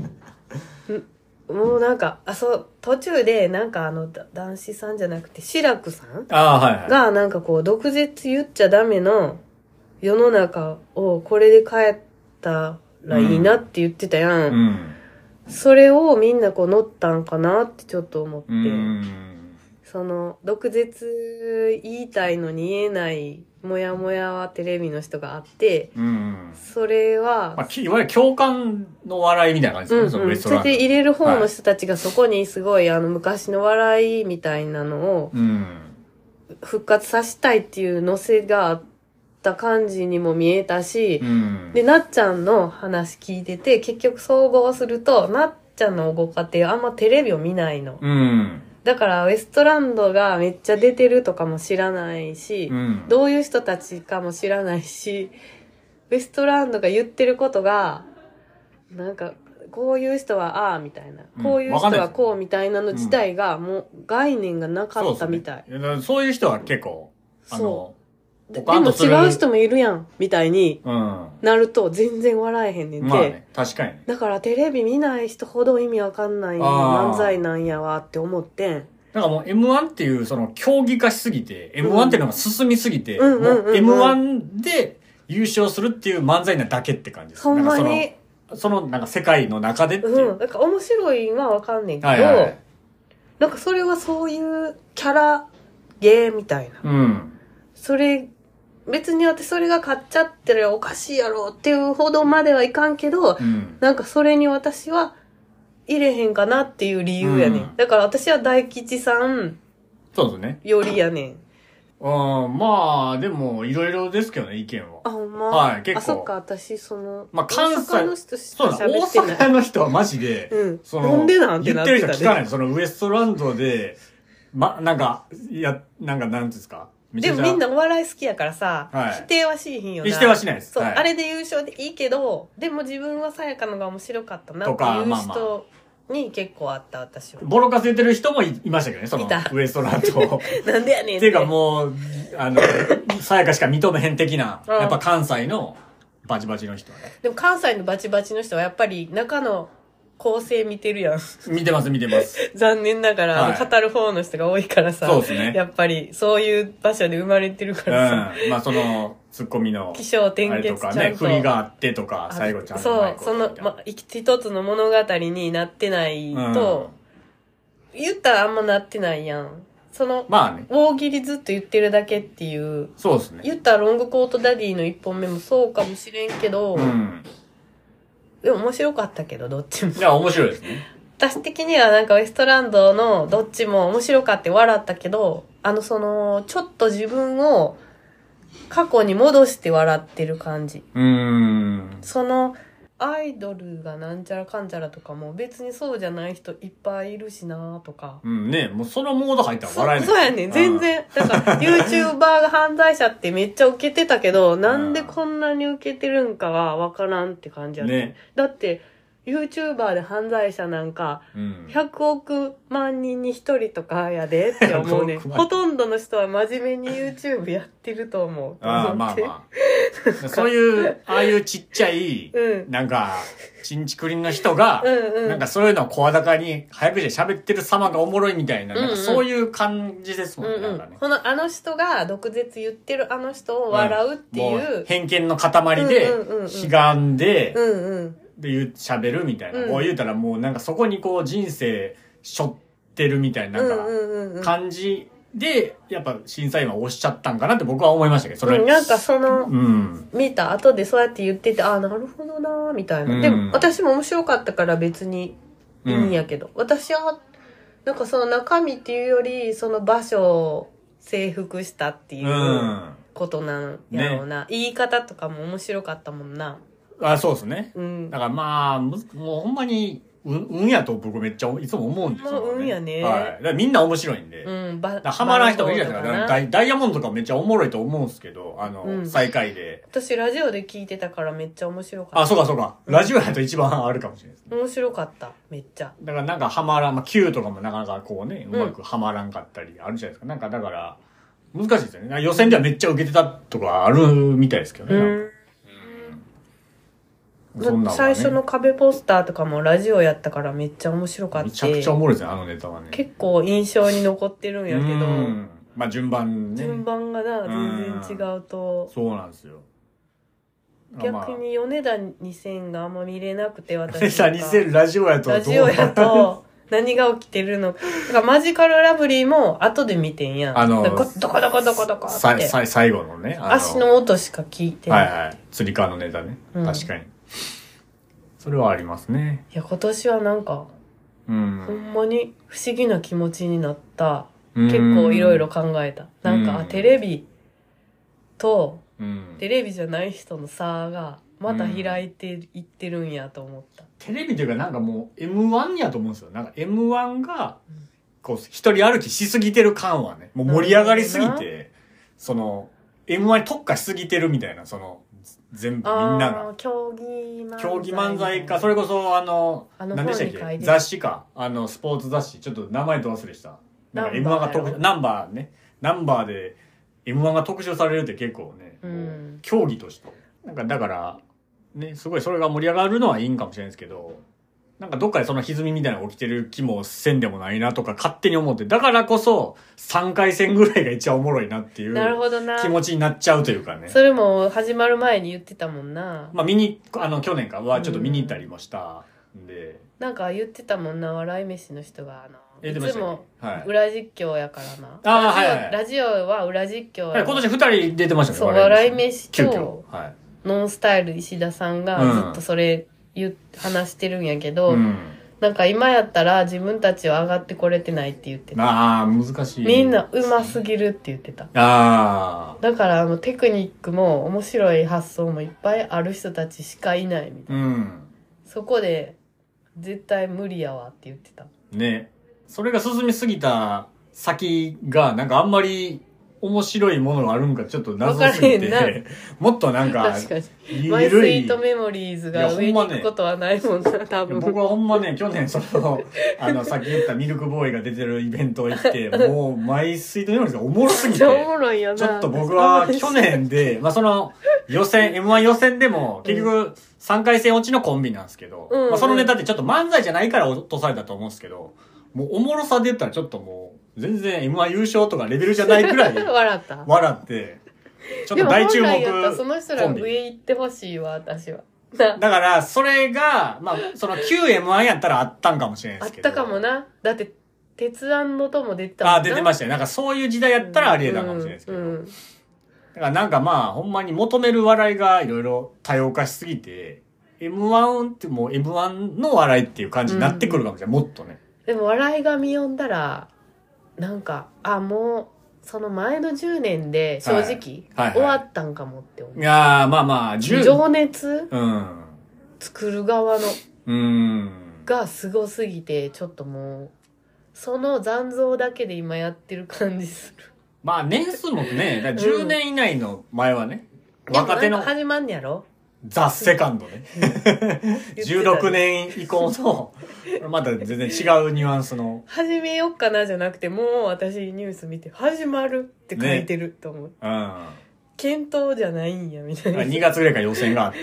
もうなんか、途中で、なんか男子さんじゃなくて、志らくさんが、なんかこう、毒舌言っちゃダメの世の中をこれで変えたらいいなって言ってたやん。それをみんなこう乗ったんかなってちょっと思って、毒舌言いたいのに言えないモヤモヤはテレビの人があって、それは、 まあ、いわゆる共感の笑いみたいな感じですね、そのウエストランド。 それで入れる方の人たちがそこにすごい昔の笑いみたいなのを復活させたいっていうのせがあった感じにも見えたし、で、なっちゃんの話聞いてて、結局総合すると、なっちゃんのご家庭あんまテレビを見ないの。だからウエストランドがめっちゃ出てるとかも知らないし、どういう人たちかも知らないし、ウエストランドが言ってることが、なんか、こういう人はああみたいな、こういう人はこうみたいなの自体がもう概念がなかったみたい。 そういう人は結構、 でも違う人もいるやんみたいになると全然笑えへんねんて。 まあね、確かに。 だからテレビ見ない人ほど意味わかんない漫才なんやわって思ってん。 なんかもう M1 っていうその競技化しすぎて、M1 っていうのが進みすぎて、M1 で優勝するっていう漫才なだけって感じです。 ほんまに。 なんか世界の中でっていう。 なんか面白いのはわかんねんけど、なんかそれはそういうキャラゲーみたいな。それ、別に私それが買っちゃってるおかしいやろっていうほどまではいかんけど、なんかそれに私は入れへんかなっていう理由やねん。だから私は大吉さんそうですね。 よりやねん。 まあ、でも、いろいろですけどね、意見は。 ほんま。 はい、結構。 そっか、私、 まあ、関西、 大阪の人しか喋ってない。 大阪の人はマジで、 なんでなんてなってたね。 言ってる人聞かない。そのウエストランドで、なんか、なんていうんですか。 でもみんなお笑い好きやからさ、否定はしいひんよな。 否定はしないです。 そう、あれで優勝でいいけど、でも自分はさやかのが面白かったなっていう人に結構あった、私は。 ボロカス言ってる人もいましたけどね、そのウエストランド。 なんでやねんっていうかもう、さやかしか認めへん的な、やっぱ関西のバチバチの人はね。 でも関西のバチバチの人はやっぱり中の構成見てるやん。 見てます。 残念ながら、語る方の人が多いからさ。 そうですね。 やっぱり、そういう場所で生まれてるからさ。 まあその、ツッコミの。 起承転結とかね、振りがあってとか、最後ちゃんと。 そう、一つの物語になってないと、言ったらあんまなってないやん。 まあね。 大喜利ずっと言ってるだけっていう。 そうですね。 言ったらロングコートダディの一本目もそうかもしれんけど、でも面白かったけど、どっちも。 いや、面白いですね。 私的にはなんかウエストランドのどっちも面白かって笑ったけど、ちょっと自分を過去に戻して笑ってる感じ。アイドルがなんちゃらかんちゃらとかも別にそうじゃない人いっぱいいるしなとか。 ね、もうそのモード入ったら笑えない。 そうやねん、全然。だから YouTuber が犯罪者ってめっちゃ受けてたけど、なんでこんなに受けてるんかはわからんって感じやね。だって、 YouTuber で犯罪者なんか、100億万人に1人とかやでって思うね。ほとんどの人は真面目に YouTube やってると思う。 ああ、まあまあ。そういう、ああいうちっちゃい、なんか、ちんちくりんの人が、なんかそういうのを声高に早口で喋ってる様がおもろいみたいな、なんかそういう感じですもんね。なんかね。 あの人が毒舌言ってるあの人を笑うっていう。 偏見の塊で、悲願で、で喋るみたいな。こう言うたらもうなんかそこにこう人生背負ってるみたいななんか感じで、やっぱ審査員は押しちゃったんかなって僕は思いましたけど、それ。 なんか見た後でそうやって言ってて、ああ、なるほどなーみたいな。でも私も面白かったから別にいいんやけど、私は、なんかその中身っていうより、その場所を征服したっていうことなんやろうな。言い方とかも面白かったもんな。 あ、そうですね。だからまあ、もうほんまに、運やと僕めっちゃいつも思うんですよ、ね。 運やね。 はい。だからみんな面白いんで。ハマらん人もいるじゃないですか。ダイヤモンドとかめっちゃおもろいと思うんですけど、最下位で。 私ラジオで聞いてたからめっちゃ面白かった。 あ、そうかそうか。ラジオやと一番あるかもしれないですね。 面白かった。めっちゃ。 だからなんかハマらん、まあ Q とかもなかなかこうね、うまくハマらんかったりあるじゃないですか。なんかだから、難しいですよね。予選ではめっちゃ受けてたとかあるみたいですけどね。 最初の壁ポスターとかもラジオやったからめっちゃ面白かった。 めちゃくちゃおもろいですね、あのネタはね。 結構印象に残ってるんやけど。 まあ順番ね。 順番がな、全然違うと。 そうなんですよ。 逆に米田2000があんま見れなくて、私。 米田2000ラジオやと。 ラジオやと、何が起きてるのか。だからマジカルラブリーも後で見てんやん。どこどこどこどこどこって。 最後のね。 足の音しか聞いてない。 はいはい。釣り革のネタね。確かに。それはありますね。 いや、今年はなんか、ほんまに不思議な気持ちになった。結構いろいろ考えた。なんか、テレビと、テレビじゃない人の差が、また開いていってるんやと思った。 テレビというかなんかもう M1 やと思うんですよ。なんか M1 が、こう、一人歩きしすぎてる感はね、もう盛り上がりすぎて、その、M1 に特化しすぎてるみたいな、その、全部みんなが。 競技漫才か、それこそ何でしたっけ雑誌か。スポーツ雑誌。ちょっと名前と忘れした。なんか M1 がナンバーで M1 が特集されるって結構ね、競技として。なんかだから、ね、すごいそれが盛り上がるのはいいんかもしれないですけど、なんかどっかでその歪みみたいなのが起きてる気もせんでもないなとか勝手に思って、だからこそ3回戦ぐらいが一番おもろいなっていう気持ちになっちゃうというかね。 それも始まる前に言ってたもんな。 まあ去年かはちょっと見に行ったりもしたんで。 なんか言ってたもんな、笑い飯の人がいつもはい、 裏実況やからな。ラジオは裏実況や。 今年2人出てましたね。 そう、笑い飯と、ノンスタイル石田さんがずっとそれ話してるんやけど、なんか今やったら自分たちは上がってこれてないって言ってた。 難しい。 みんな上手すぎるって言ってた。だからテクニックも面白い発想もいっぱいある人たちしかいないみたいな。そこで絶対無理やわって言ってた。ね。 それが進みすぎた先がなんかあんまり面白いものがあるんかちょっと謎すぎて、もっとなんか、 確かに。マイスイートメモリーズが上に行くことはないもんな、多分。 僕はほんまね、去年さっき言ったミルクボーイが出てるイベント行って、もうマイスイートメモリーズがおもろすぎて、 おもろいよな。 ちょっと僕は去年で、まあM1 予選でも結局3回戦落ちのコンビなんですけど、まあそのネタってちょっと漫才じゃないから落とされたと思うんですけど、もうおもろさで言ったらちょっともう、全然 M1 優勝とかレベルじゃないくらい笑って、ちょっと大注目。 でも本来やったらその人ら上行ってほしいわ、私は。 だから、それが、まあ、その旧 M1 やったらあったんかもしれないですけど。 あったかもな。だって、鉄腕のとも出てたもんな。 出てましたよ。なんかそういう時代やったらありえたかもしれないですけど。だからなんかまあ、ほんまに求める笑いがいろいろ多様化しすぎて、M1 ってもう M1 の笑いっていう感じになってくるかもしれない。もっとね。 でも笑いが見読んだら、なんか、もう、その前の10年で正直、終わったんかもって思う。 いやー、まあ、 情熱、作る側の、がすごすぎて、ちょっともう、その残像だけで今やってる感じする。 まあ、年数もね、10年以内の前はね、 若手の。始まんねやろザ・セカンドね。16年以降の、また全然違うニュアンスの。 始めよっかなじゃなくて、もう私ニュース見て、始まるって書いてると思って。ね、検討じゃないんや、みたいな。 2月ぐらいから予選があって、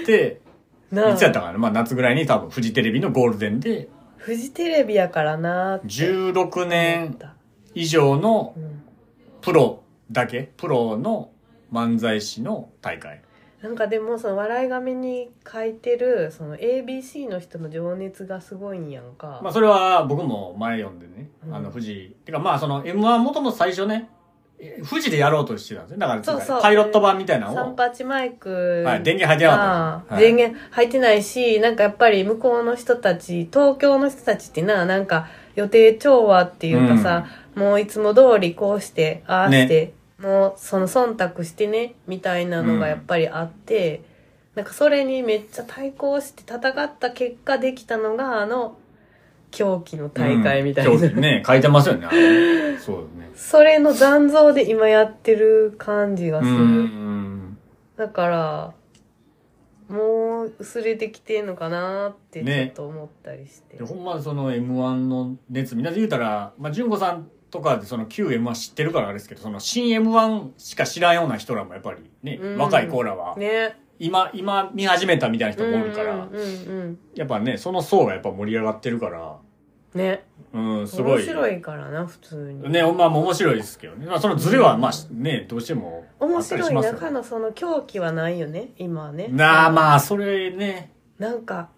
いつやったかな、まあ夏ぐらいに多分フジテレビのゴールデンで。 フジテレビやからなーって。 16年以上のプロの漫才師の大会。 なんかでもその笑い紙に書いてるその ABC の人の情熱がすごいんやんか。 まあそれは僕も前読んでね、富士てかまあその M1 もともと最初ね富士でやろうとしてたんですよ。だからそうパイロット版みたいなのを 38マイク、 はい、電源入ってなかった、 はい、電源入ってないし、なんかやっぱり向こうの人たち、東京の人たちってなんか予定調和っていうかさ、もういつも通りこうしてああして、ね、もうその忖度してねみたいなのがやっぱりあって、なんかそれにめっちゃ対抗して戦った結果できたのが狂気の大会みたいな、 狂気ね書いてますよね。そうね。 それの残像で今やってる感じがする。だからもう薄れてきてんのかなってちょっと思ったりして、 ね、ほんまその M1 の熱みんなで言うたら、まあ、純子さんとかでその旧 M1 知ってるからあれですけど、その新 M1 しか知らんような人らもやっぱりね、若い子らは、ね、今見始めたみたいな人もおるから、やっぱねその層がやっぱ盛り上がってるからね、 すごい面白いからな普通にね、まあ面白いですけどね、まあ、そのズレはまあねどうしても面白い中のその狂気はないよね今はね。 まあそれね、 なんか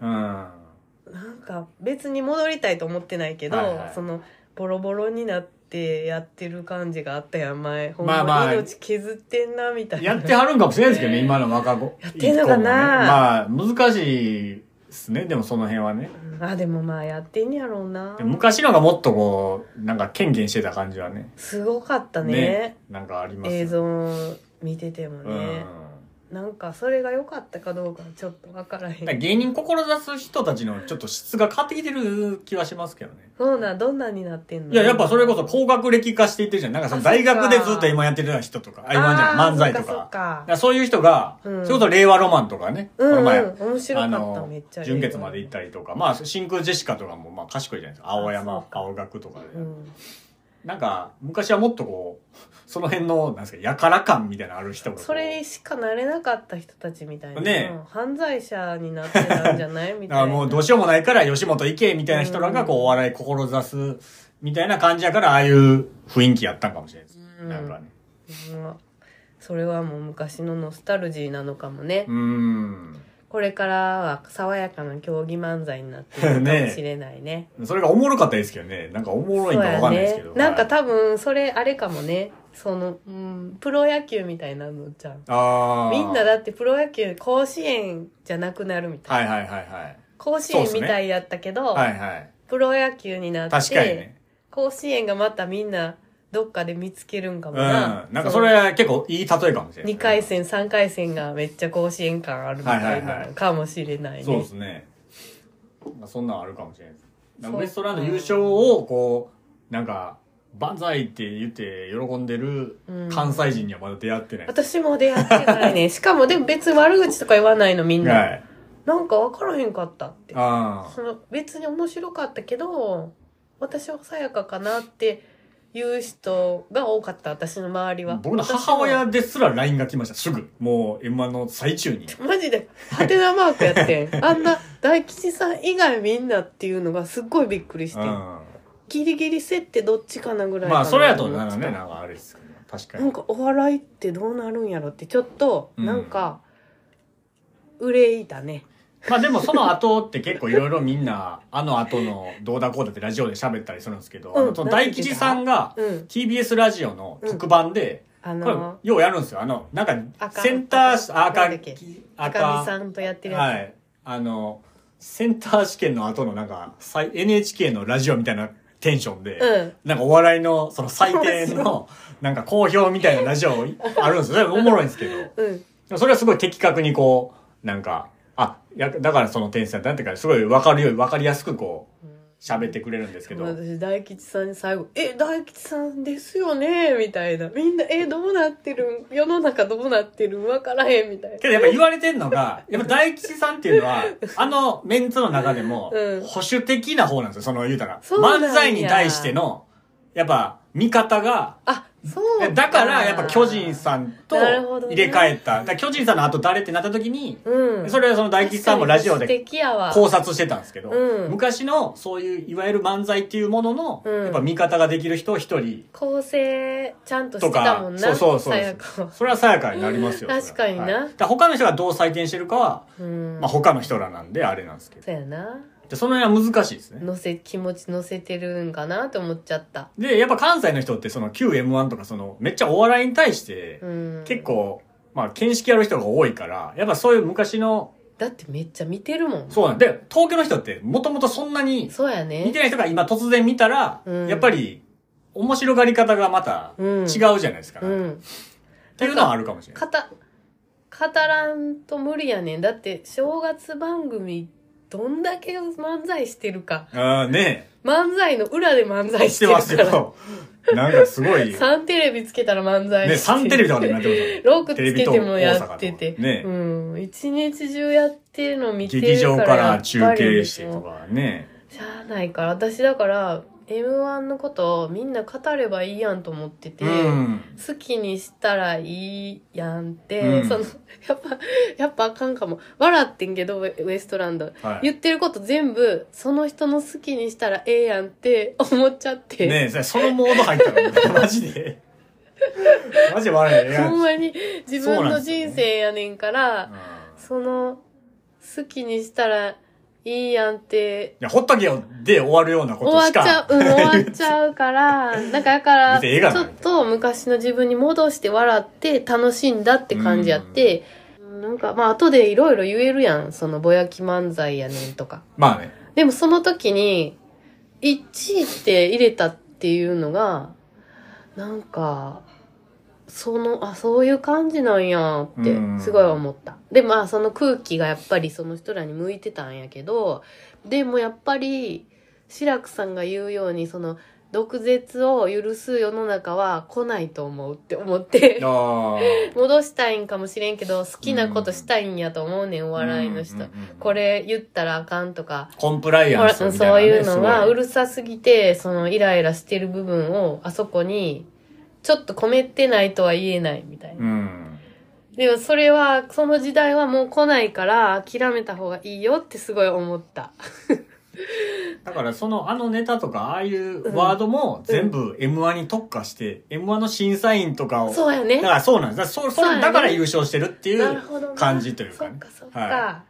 別に戻りたいと思ってないけど、そのボロボロになってやってる感じがあったやん前。ほんまに命削ってんなみたいな、 やってはるんかもしれないですけどね今の若子やってんのかな、ね、 まあ難しいですねでもその辺はね、 でもまあやってんやろうな。 昔のがもっとこうなんかケンケンしてた感じはねすごかったねなんかあります、 映像見ててもね、なんかそれが良かったかどうかちょっと分からへん。 芸人志す人たちのちょっと質が変わってきてる気はしますけどね。 そうなん、どんなになってんの？ いややっぱそれこそ高学歴化していってるじゃん。なんかその大学でずっと今やってるような人とか、今じゃない漫才とか、そういう人が、それこそ令和ロマンとかね、この前面白かっためっちゃ純潔まで行ったりとか、まあ真空ジェシカとかもまあ賢いじゃないですか。青学とかで、なんか昔はもっとこうその辺のなんですかやから感みたいなのある人がそれしかなれなかった人たちみたいな、ね、犯罪者になってたんじゃないみたいな。だからもうどうしようもないから吉本行けみたいな人らがこうお笑い志すみたいな感じやからああいう雰囲気やったんかもしれないです、なんかね、 それはもう昔のノスタルジーなのかもね。これからは爽やかな競技漫才になってるかもしれないね。 それがおもろかったですけどね。なんかおもろいんかわかんないですけど、 なんか多分それあれかもね、その、プロ野球みたいなのじゃん。みんなだってプロ野球甲子園じゃなくなるみたいな。甲子園みたいやったけど、プロ野球になって、確かにね、甲子園がまたみんなどっかで見つけるんかもな。 なんかそれは結構いい例えかもしれない。 2回戦、3回戦がめっちゃ甲子園感あるみたいなのかもしれないね。 そうですね。そんなんあるかもしれないです。ウエストランド優勝をこう、なんか、万歳って言って喜んでる関西人にはまだ出会ってない。 私も出会ってないね。しかもでも別に悪口とか言わないのみんな。なんか分からへんかったって。その別に面白かったけど、私はさやかかなっていう人が多かった、私の周りは。 僕の母親ですら LINE が来ました、すぐ。もう M1 の最中に。 マジで、ハテナマークやってん。あんな大吉さん以外みんなっていうのがすっごいびっくりして。ギリギリ設定どっちかなぐらいかな。 まあそれやとなんかね、なんかあれですけど、確かに。 なんかお笑いってどうなるんやろってちょっと、なんか、憂いたね。 まあでもその後って結構いろいろみんな後のどうだこうだってラジオで喋ったりするんですけど、その大吉さんが TBS ラジオの特番で、これようやるんですよ。なんかセンター赤見さんとやってるやつ。 はい。センター試験の後のなんか NHK のラジオみたいなテンションで、なんかお笑いのその採点のなんか好評みたいなラジオあるんですよ。それおもろいんですけど、それはすごい的確にこうなんかだからその点数だったっていうかすごい分かりやすくこう喋ってくれるんですけど、 私大吉さんに最後大吉さんですよねみたいな、みんなどうなってるん、世の中どうなってるん分からへんみたいな。 けどやっぱ言われてんのがやっぱ大吉さんっていうのはメンツの中でも保守的な方なんですよ。言うたら漫才に対してのやっぱ見方が、 そうだからやっぱ巨人さんと入れ替えた、だから巨人さんの後誰ってなった時に、それはその大吉さんもラジオで考察してたんですけど、昔のそういういわゆる漫才っていうものの、やっぱ見方ができる人を一人構成ちゃんとしてたもんな。 そうそれはさやかになりますよ。 確かにな、 だ他の人がどう採点してるかは、他の人らなんであれなんですけど、 そうやな、 その辺は難しいですね。 気持ち乗せてるんかなと思っちゃった。 で、やっぱ関西の人って旧 M1 とかめっちゃお笑いに対して、結構、見識ある人が多いから、やっぱそういう昔の、 だってめっちゃ見てるもん。 そうなんで、東京の人ってもともとそんなに、 そうやね。 見てない人が今突然見たら、やっぱり、面白がり方がまた違うじゃないですか。っていうのはあるかもしれない。 語らんと無理やねん。だって、正月番組、どんだけ漫才してるか。 ねえ。漫才の裏で漫才してるから。 してますよ。なんかすごい。 3テレビつけたら漫才してね、3テレビとかでやってます 6つけてもやってて。 ね。 一日中やってるの見てるから。劇場から中継してとかね。 しゃあないから。私だから、M1 のことをみんな語ればいいやんと思ってて、好きにしたらいいやんって、やっぱあかんかも。笑ってんけど、ウエストランド。言ってること全部、その人の好きにしたらええやんって思っちゃって。 ねえ、そのモード入ったら、マジで。マジで笑えやん。 ほんまに自分の人生やねんから、好きにしたら、いいやんって。 いや、ほっとけよで終わるようなことしか。 終わっちゃうから、だから、ちょっと昔の自分に戻して笑って楽しんだって感じやって、なんか、後でいろいろ言えるやん。ぼやき漫才やねんとか。 まあね。 でもその時に、1位って入れたっていうのが、なんか、そういう感じなんやって、すごい思った。で、その空気がやっぱりその人らに向いてたんやけど、でもやっぱり、志らくさんが言うように、毒舌を許す世の中は来ないと思うって思って、戻したいんかもしれんけど、好きなことしたいんやと思うねん、お笑いの人。これ言ったらあかんとか。 コンプライアンスみたいな、 そういうのがうるさすぎて、イライラしてる部分を、あそこに、ちょっと込めてないとは言えないみたいな。でもそれは、その時代はもう来ないから諦めた方がいいよってすごい思った。 だからネタとかああいうワードも全部 M1 に特化して、M1 の審査員とかを。 そうやね。 だからそうなんです。だから優勝してるっていう感じというかね。 そっか。 だから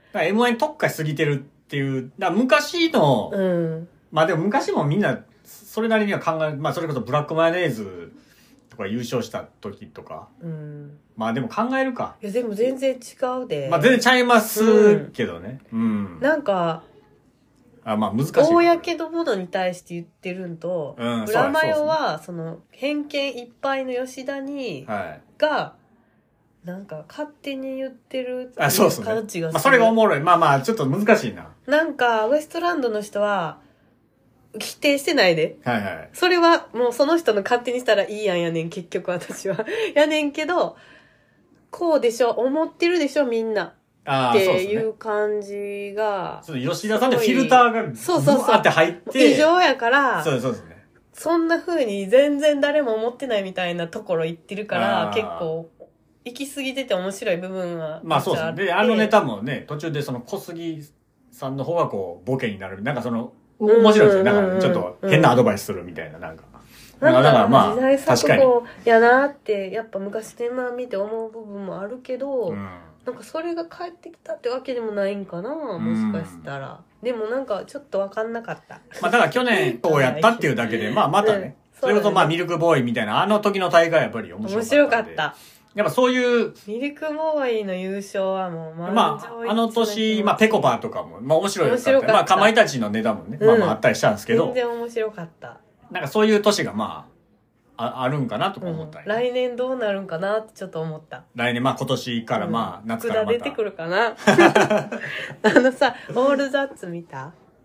M1 に特化しすぎてるっていう、だから昔の、でも昔もみんな、それなりには考え、それこそブラックマヨネーズとか優勝した時とか。でも考えるか。 いや、でも全然違うで。 全然ちゃいますけどね。 なんか、 難しい。 公のものに対して言ってるんと、ブラマヨは、偏見いっぱいの吉田が、なんか勝手に言ってるっていう感じがする。 それがおもろい。ちょっと難しいな。 なんか、ウエストランドの人は、否定してないで。それはもうその人の勝手にしたらいいやんやねん、結局私は。やねんけど、こうでしょ、思ってるでしょ、みんな。っていう感じが。 吉田さんってフィルターがブワーって入って。 異常やから。 そうですね。 そんな風に全然誰も思ってないみたいなところ言ってるから、結構、行き過ぎてて面白い部分は。 そうですね。で、ネタもね、途中で小杉さんの方がボケになる。なんか面白いですよ。なんかちょっと変なアドバイスするみたいな、なんか。だから時代錯誤やなって、やっぱ昔の見て思う部分もあるけど、なんかそれが帰ってきたってわけでもないんかな、もしかしたら。でもなんかちょっとわかんなかった。 だから去年こうやったっていうだけで、またね。それこそミルクボーイみたいな、時の大会やっぱり面白かった。やっぱそういう。 ミルクボーイの優勝はもう年、ペコパーとかも、面白かった。かまいたちのネタもね、あったりしたんですけど。 全然面白かった。 なんかそういう年があるんかなとか思ったり、 来年どうなるんかなってちょっと思った。 来年今年から夏からまた。 出てくるかな。オールザッツ見た？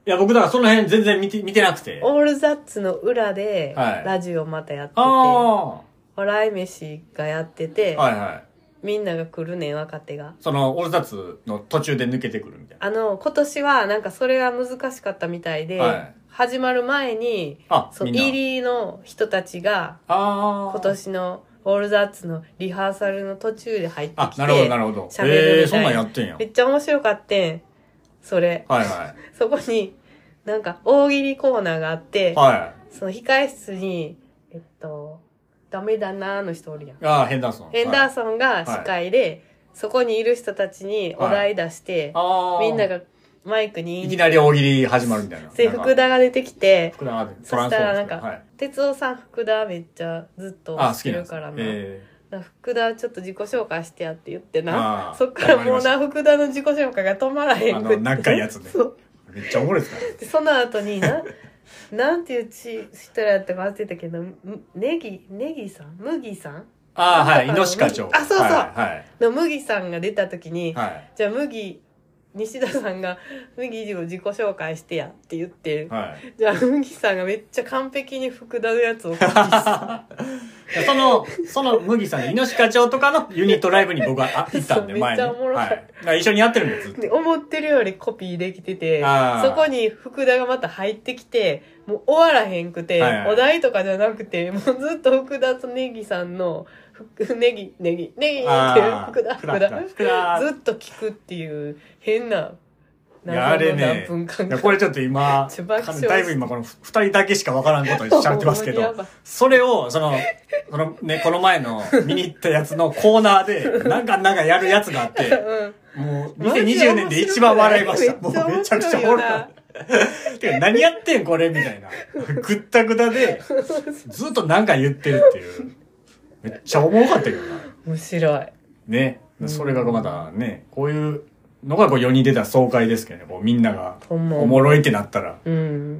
いや、僕だからその辺全然見てなくて。 オールザッツの裏で、ラジオまたやってて、笑い飯がやってて、 はいはい。 みんなが来るねん、若手が。 その、オールザッツの途中で抜けてくるみたいな。 今年はなんかそれが難しかったみたいで、はい、始まる前に、入りの人たちが、今年のオールザッツのリハーサルの途中で入ってきて、 なるほどなるほど。 喋るみたいな。 そんなんやってんや。 めっちゃ面白かってん。それ。 はいはい。 そこに、なんか大喜利コーナーがあって、はい、その控室に、ダメだなーの人おるやん。 ヘンダーソン。 ヘンダーソンが司会で、はい、そこにいる人たちにお題出して、はい、みんながマイクにいきなり大喜利始まるみたいな。 で、福田が出てきて、 福田がそしたらなんか、はい、哲夫さん福田めっちゃずっと知ってるからな。福田ちょっと自己紹介してやって言ってな。そっからもうな、福田の自己紹介が止まらへんくって。 長いやつね。めっちゃおもろいですからね。 で、その後になんていう人やったか忘れたけど、ネギさん麦さんはい、猪鹿町。 そうそう。はい、の麦さんが出た時に、はい、じゃあ西田さんが麦を自己紹介してやって言って、はい、じゃあ麦さんがめっちゃ完璧に福田のやつをコピーしたその麦さんの猪鹿町とかのユニットライブに僕は行ったんで、前に。めっちゃおもろかった。はい、一緒にやってるんです。 思ってるよりコピーできてて、そこに福田がまた入ってきて、もう終わらへんくて、はいはい、お題とかじゃなくて、もうずっと福田とネギさんの、ネギって福田ずっと聞くっていう変なあれね、これちょっと今だいぶ今この2人だけしかわからんことにしちゃってますけどそれをこの前の見に行ったやつのコーナーでなんかやるやつがあって、もう2020年で一番笑いました。もうめちゃくちゃおもろかった。てか何やってんこれみたいな。ぐったぐたでずっとなんか言ってるっていう。めっちゃおもろかったけどな。 面白い。 ね。それがまたね、こういうのが世に出た爽快ですけどね。こうみんながおもろいってなったら。うん。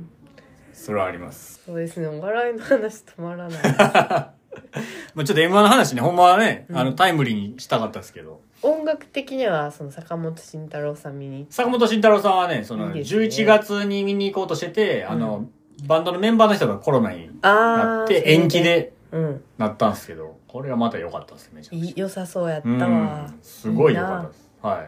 それはあります。 そうですね。お笑いの話止まらない。 まあちょっと M1 の話ね、ほんまはね、タイムリーにしたかったですけど。 音楽的には、坂本慎太郎さん見に行った。 坂本慎太郎さんはね、11月に見に行こうとしてて、バンドのメンバーの人がコロナになって延期で、なったんですけど、これがまた良かったですね。 良さそうやったわ。 すごい良かったです。はい。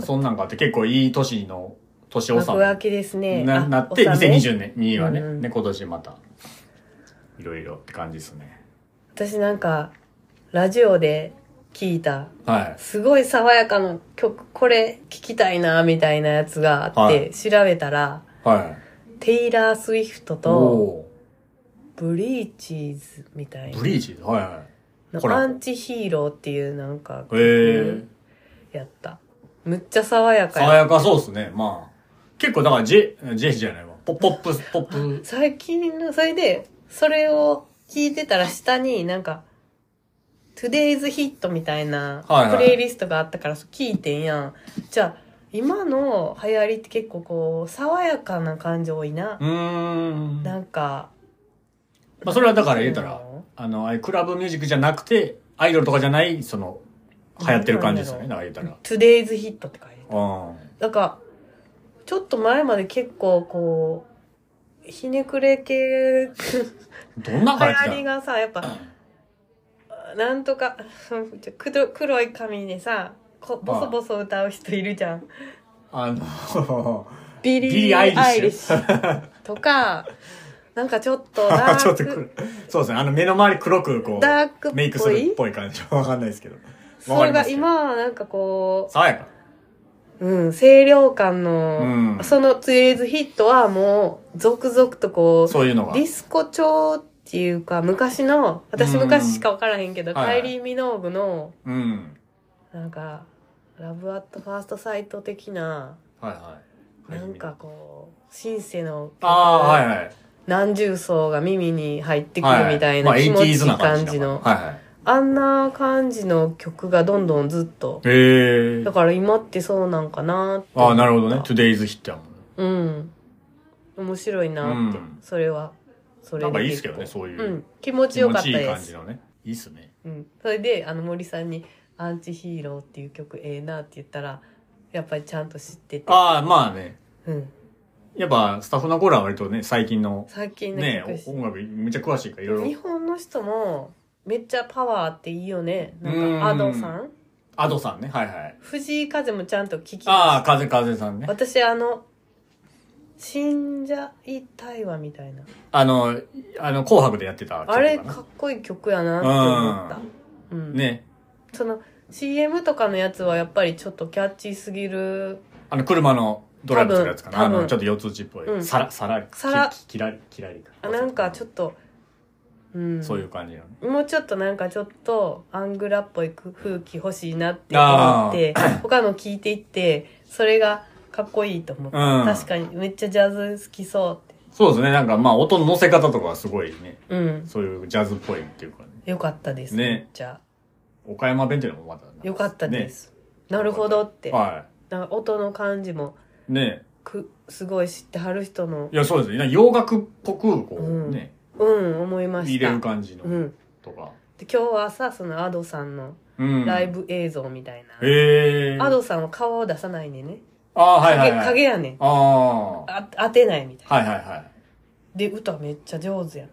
そんなんがあって結構いい年納め。 幕開けですね。 なって、2020年にはね、今年また、いろいろって感じですね。 私なんか、ラジオで聞いた、すごい爽やかな曲、これ聞きたいな、みたいなやつがあって、調べたら、テイラー・スウィフトと、ブリーチーズみたいな。 ブリーチーズはいはい。 アンチヒーローっていうなんか曲やった。むっちゃ爽やかや。爽やかそうですね。まあ。結構だからジェじゃないわ。ポップ。 最近の、それで、それを聞いてたら下になんか、Today's Hit みたいなプレイリストがあったから聞いてんやん。じゃあ、今の流行りって結構こう、爽やかな感じ多いな。なんか、 まあそれはだから言うたら、クラブミュージックじゃなくて、アイドルとかじゃない、流行ってる感じですよね。だから言うたら。 Today's Hit って書いてある。なんか、ちょっと前まで結構こう、ひねくれ系、 どんな感じ流行りがさ、やっぱ、なんとか、黒い髪でさ、ボソボソ歌う人いるじゃん。ビリー・アイリッシュとか、なんかちょっとダークそうですね。目の周り黒くこう、 ダークメイクするっぽい感じ。わかんないですけど。 それが今はなんかこう、 爽やか。 清涼感の、そのツイレーズヒットはもう、続々とこう、 そういうのが。 ディスコ調っていうか、昔の、私昔しかわからへんけど、カイリー・ミノーグの、なんか、ラブアットファーストサイト的な、なんかこう、シンセの、何重奏が耳に入ってくるみたいな気持ちいい感じの、あんな感じの曲がどんどんずっと。だから今ってそうなんかなって。 なるほどね。Today's Hit やもん。面白いなって。それは。それで。 なんかいいっすけどね、そういう。 気持ちよかったです。 気持ちいい感じのね。いいっすね。 それで、森さんに、アンチヒーローっていう曲なって言ったら、やっぱりちゃんと知ってて。 まあね。 やっぱスタッフの頃は割とね、最近のね、 音楽めっちゃ詳しいからいろいろ。 日本の人もめっちゃパワーっていいよね。なんかアドさんね、はいはい。 藤井風もちゃんと聞きました。 ああ、風さんね。 私死んじゃいたいわみたいな。 紅白でやってた曲かな。 あれかっこいい曲やなって思った。うん。 ね。 その CM とかのやつはやっぱりちょっとキャッチーすぎる。 車のドライブするやつかな。ちょっと四つ打ちっぽい。キラリか。 なんかちょっと、 うん、そういう感じの、 もうちょっとなんかちょっとアングラっぽい風紀欲しいなって思って他の聞いていってそれがかっこいいと思って、確かにめっちゃジャズ好きそうって。 そうですね。なんかまあ音の乗せ方とかはすごいね、そういうジャズっぽいっていうかね。 よかったですね。じゃあ岡山弁っていうのもまたよかったです、ね、なるほどって、はい、なんか音の感じもねすごい知ってはる人の、 いやそうですね、洋楽っぽくこうね、 思いました。 入れる感じの、とかで今日はさ、そのAdoさんのライブ映像みたいな、Adoさんは顔を出さないね。影やねん。当てないみたいな。はいはいはい。で歌めっちゃ上手やん。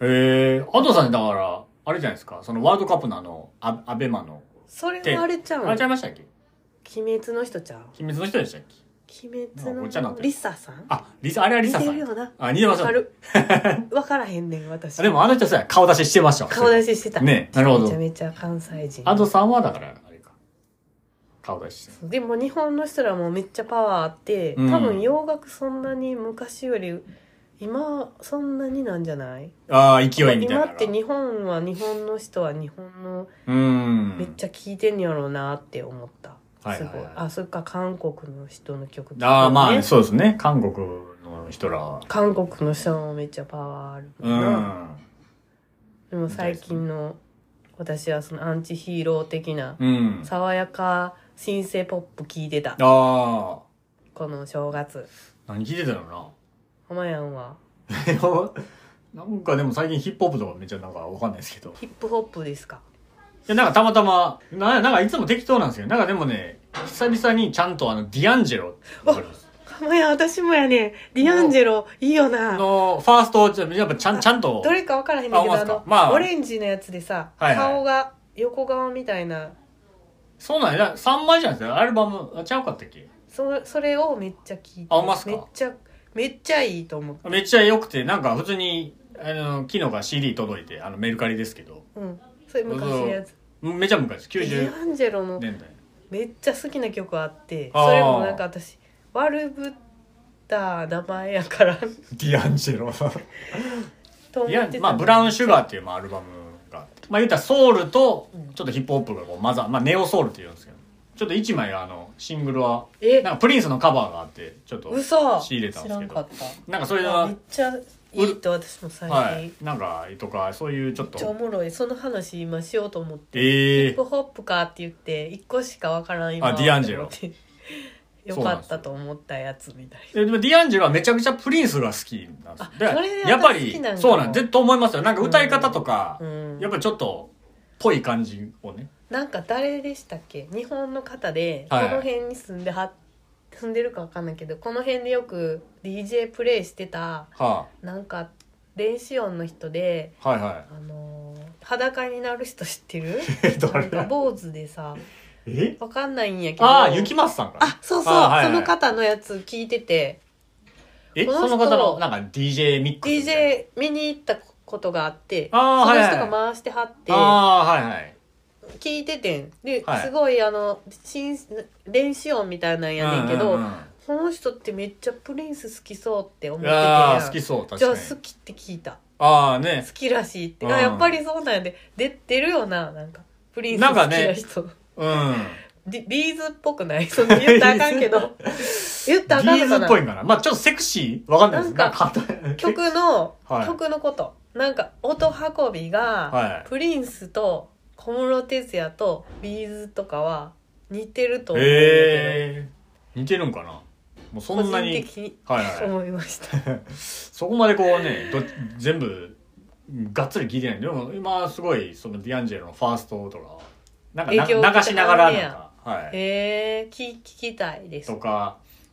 Adoさんだからあれじゃないですか、そのワールドカップのアベマのそれはあれちゃうの？ あれちゃいましたっけ？ 鬼滅の人ちゃう？ 鬼滅の人でしたっけ？ 鬼滅のリサさん？ あれはリサさん。 似てるよな。 あ、似てます。 わからへんねん、私。 でもあの人さ、顔出ししてました。 顔出ししてた。 ね、なるほど。 めちゃめちゃ関西人。 Adoさんはだから、あれか。顔出しして。 でも日本の人らもめっちゃパワーあって、多分洋楽そんなに昔より、今、そんなになんじゃない？ 勢いみたいな。 今って日本の人は日本の、めっちゃ聴いてんやろうなって思った。すごい。それか韓国の人の曲とか、ね。 まあそうですね。韓国の人ら。 韓国の人もめっちゃパワーあるな。でも最近の私はそのアンチヒーロー的な、爽やかシンセポップ聴いてた。この正月。 何聴いてたのな。 ほまやんは。 なんかでも最近ヒップホップとかめっちゃなんかわかんないですけど。 ヒップホップですか？ いや、なんかたまたま、なんかいつも適当なんですよ。なんかでもね、久々にちゃんとディアンジェロ。 わかります。私もやね。ディアンジェロ、いいよな。 ファースト、やっぱちゃんと。 どれかわからへんねんけど、オレンジのやつでさ、顔が横顔みたいな。 そうなんや。3枚じゃないですか。アルバム、ちゃうかったっけ？ それをめっちゃ聞いて。めっちゃいいと思う。 めっちゃ良くて、なんか普通に、昨日が CD 届いて、メルカリですけど。 それ昔のやつ。 めちゃ昔です。90年代。 ディアンジェロのめっちゃ好きな曲あって、それもなんか私悪ぶった名前やからディアンジェロと思ってた。 ブラウンシュガーっていうアルバムが、言ったらソウルとちょっとヒップホップがこうネオソウルって言うんですけど、ちょっと1枚シングルはなんかプリンスのカバーがあってちょっと仕入れたんですけど、なんかそれがめっちゃいいって私も最近、 なんかとかそういうちょっとめっちゃおもろい。その話今しようと思って、ヒップホップかって言って1個しかわからん今ディアンジェロよかったと思ったやつみたいな。でもディアンジェロはめちゃくちゃプリンスが好きなんですよ。やっぱりそうなん絶対思いますよ。なんか歌い方とか、やっぱりちょっとぽい感じをね。 なんか誰でしたっけ、日本の方でこの辺に住んでるか分かんないけど、この辺でよく DJ プレイしてた、なんか電子音の人で、裸になる人知ってる？なんか坊主でさ、分かんないんやけど、 雪松さんかな。 そう、その方のやつ聞いてて、 その方のなんか DJ ミックス DJ 見に行ったことがあって、その人が回してはって、聞いててんで、すごい電子音みたいなんやねんけど、この人ってめっちゃプリンス好きそうって思ってて、 好きそう。確かに。 じゃあ好きって聞いた。 好きらしいって。やっぱりそうなんやで。出るよな、なんかプリンス好きな人。ビーズっぽくない？そんな言ったらあかんけど。言ったらあかんのかな。 ビーズっぽいんかな。ちょっとセクシー？わかんないです。 なんか曲のこと。なんか音運びが、プリンスと小室哲哉とビーズとかは似てると思うんだけど。似てるんかな。もうそんなに。 個人的に思いました。 そこまでこうね、全部がっつり聞いてない。でも今すごいそのディアンジェロのファーストとかなんか流しながらなんか、 聞きたいです。 とか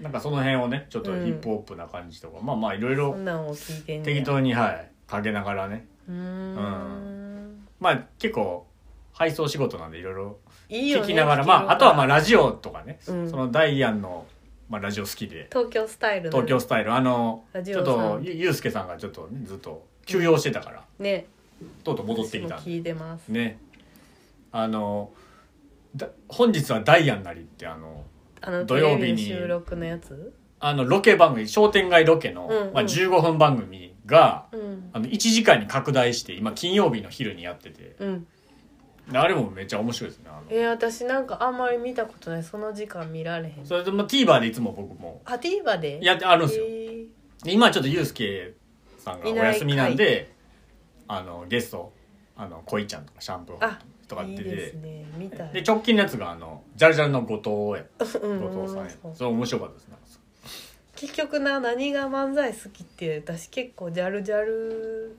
なんかその辺をねちょっとヒップホップな感じとか、まあまあいろいろ適当にかけながらねまあ結構配送仕事なんでいろいろ聞きながら、まああとはまあラジオとかね、そのダイアンのまあラジオ好きで東京スタイルちょっとゆうすけさんがちょっとねずっと休養してたからねとうとう戻ってきたんで聞いてますね。本日はダイアンなりって土曜日に収録のやつロケ番組商店街ロケの、まあ、15分番組が、1時間に拡大して今金曜日の昼にやってて、あれもめっちゃ面白いですね。 私なんかあんまり見たことない。その時間見られへん。 それでも TVer でいつも僕も TVer であるんですよ。今ちょっとゆうすけさんがお休みなんでゲスト恋ちゃんとかシャンプーとか出ていいですね、見たい。 で直近のやつがジャルジャルの後藤さんやそれ面白かったですね。 結局何が漫才好きって私結構ジャルジャル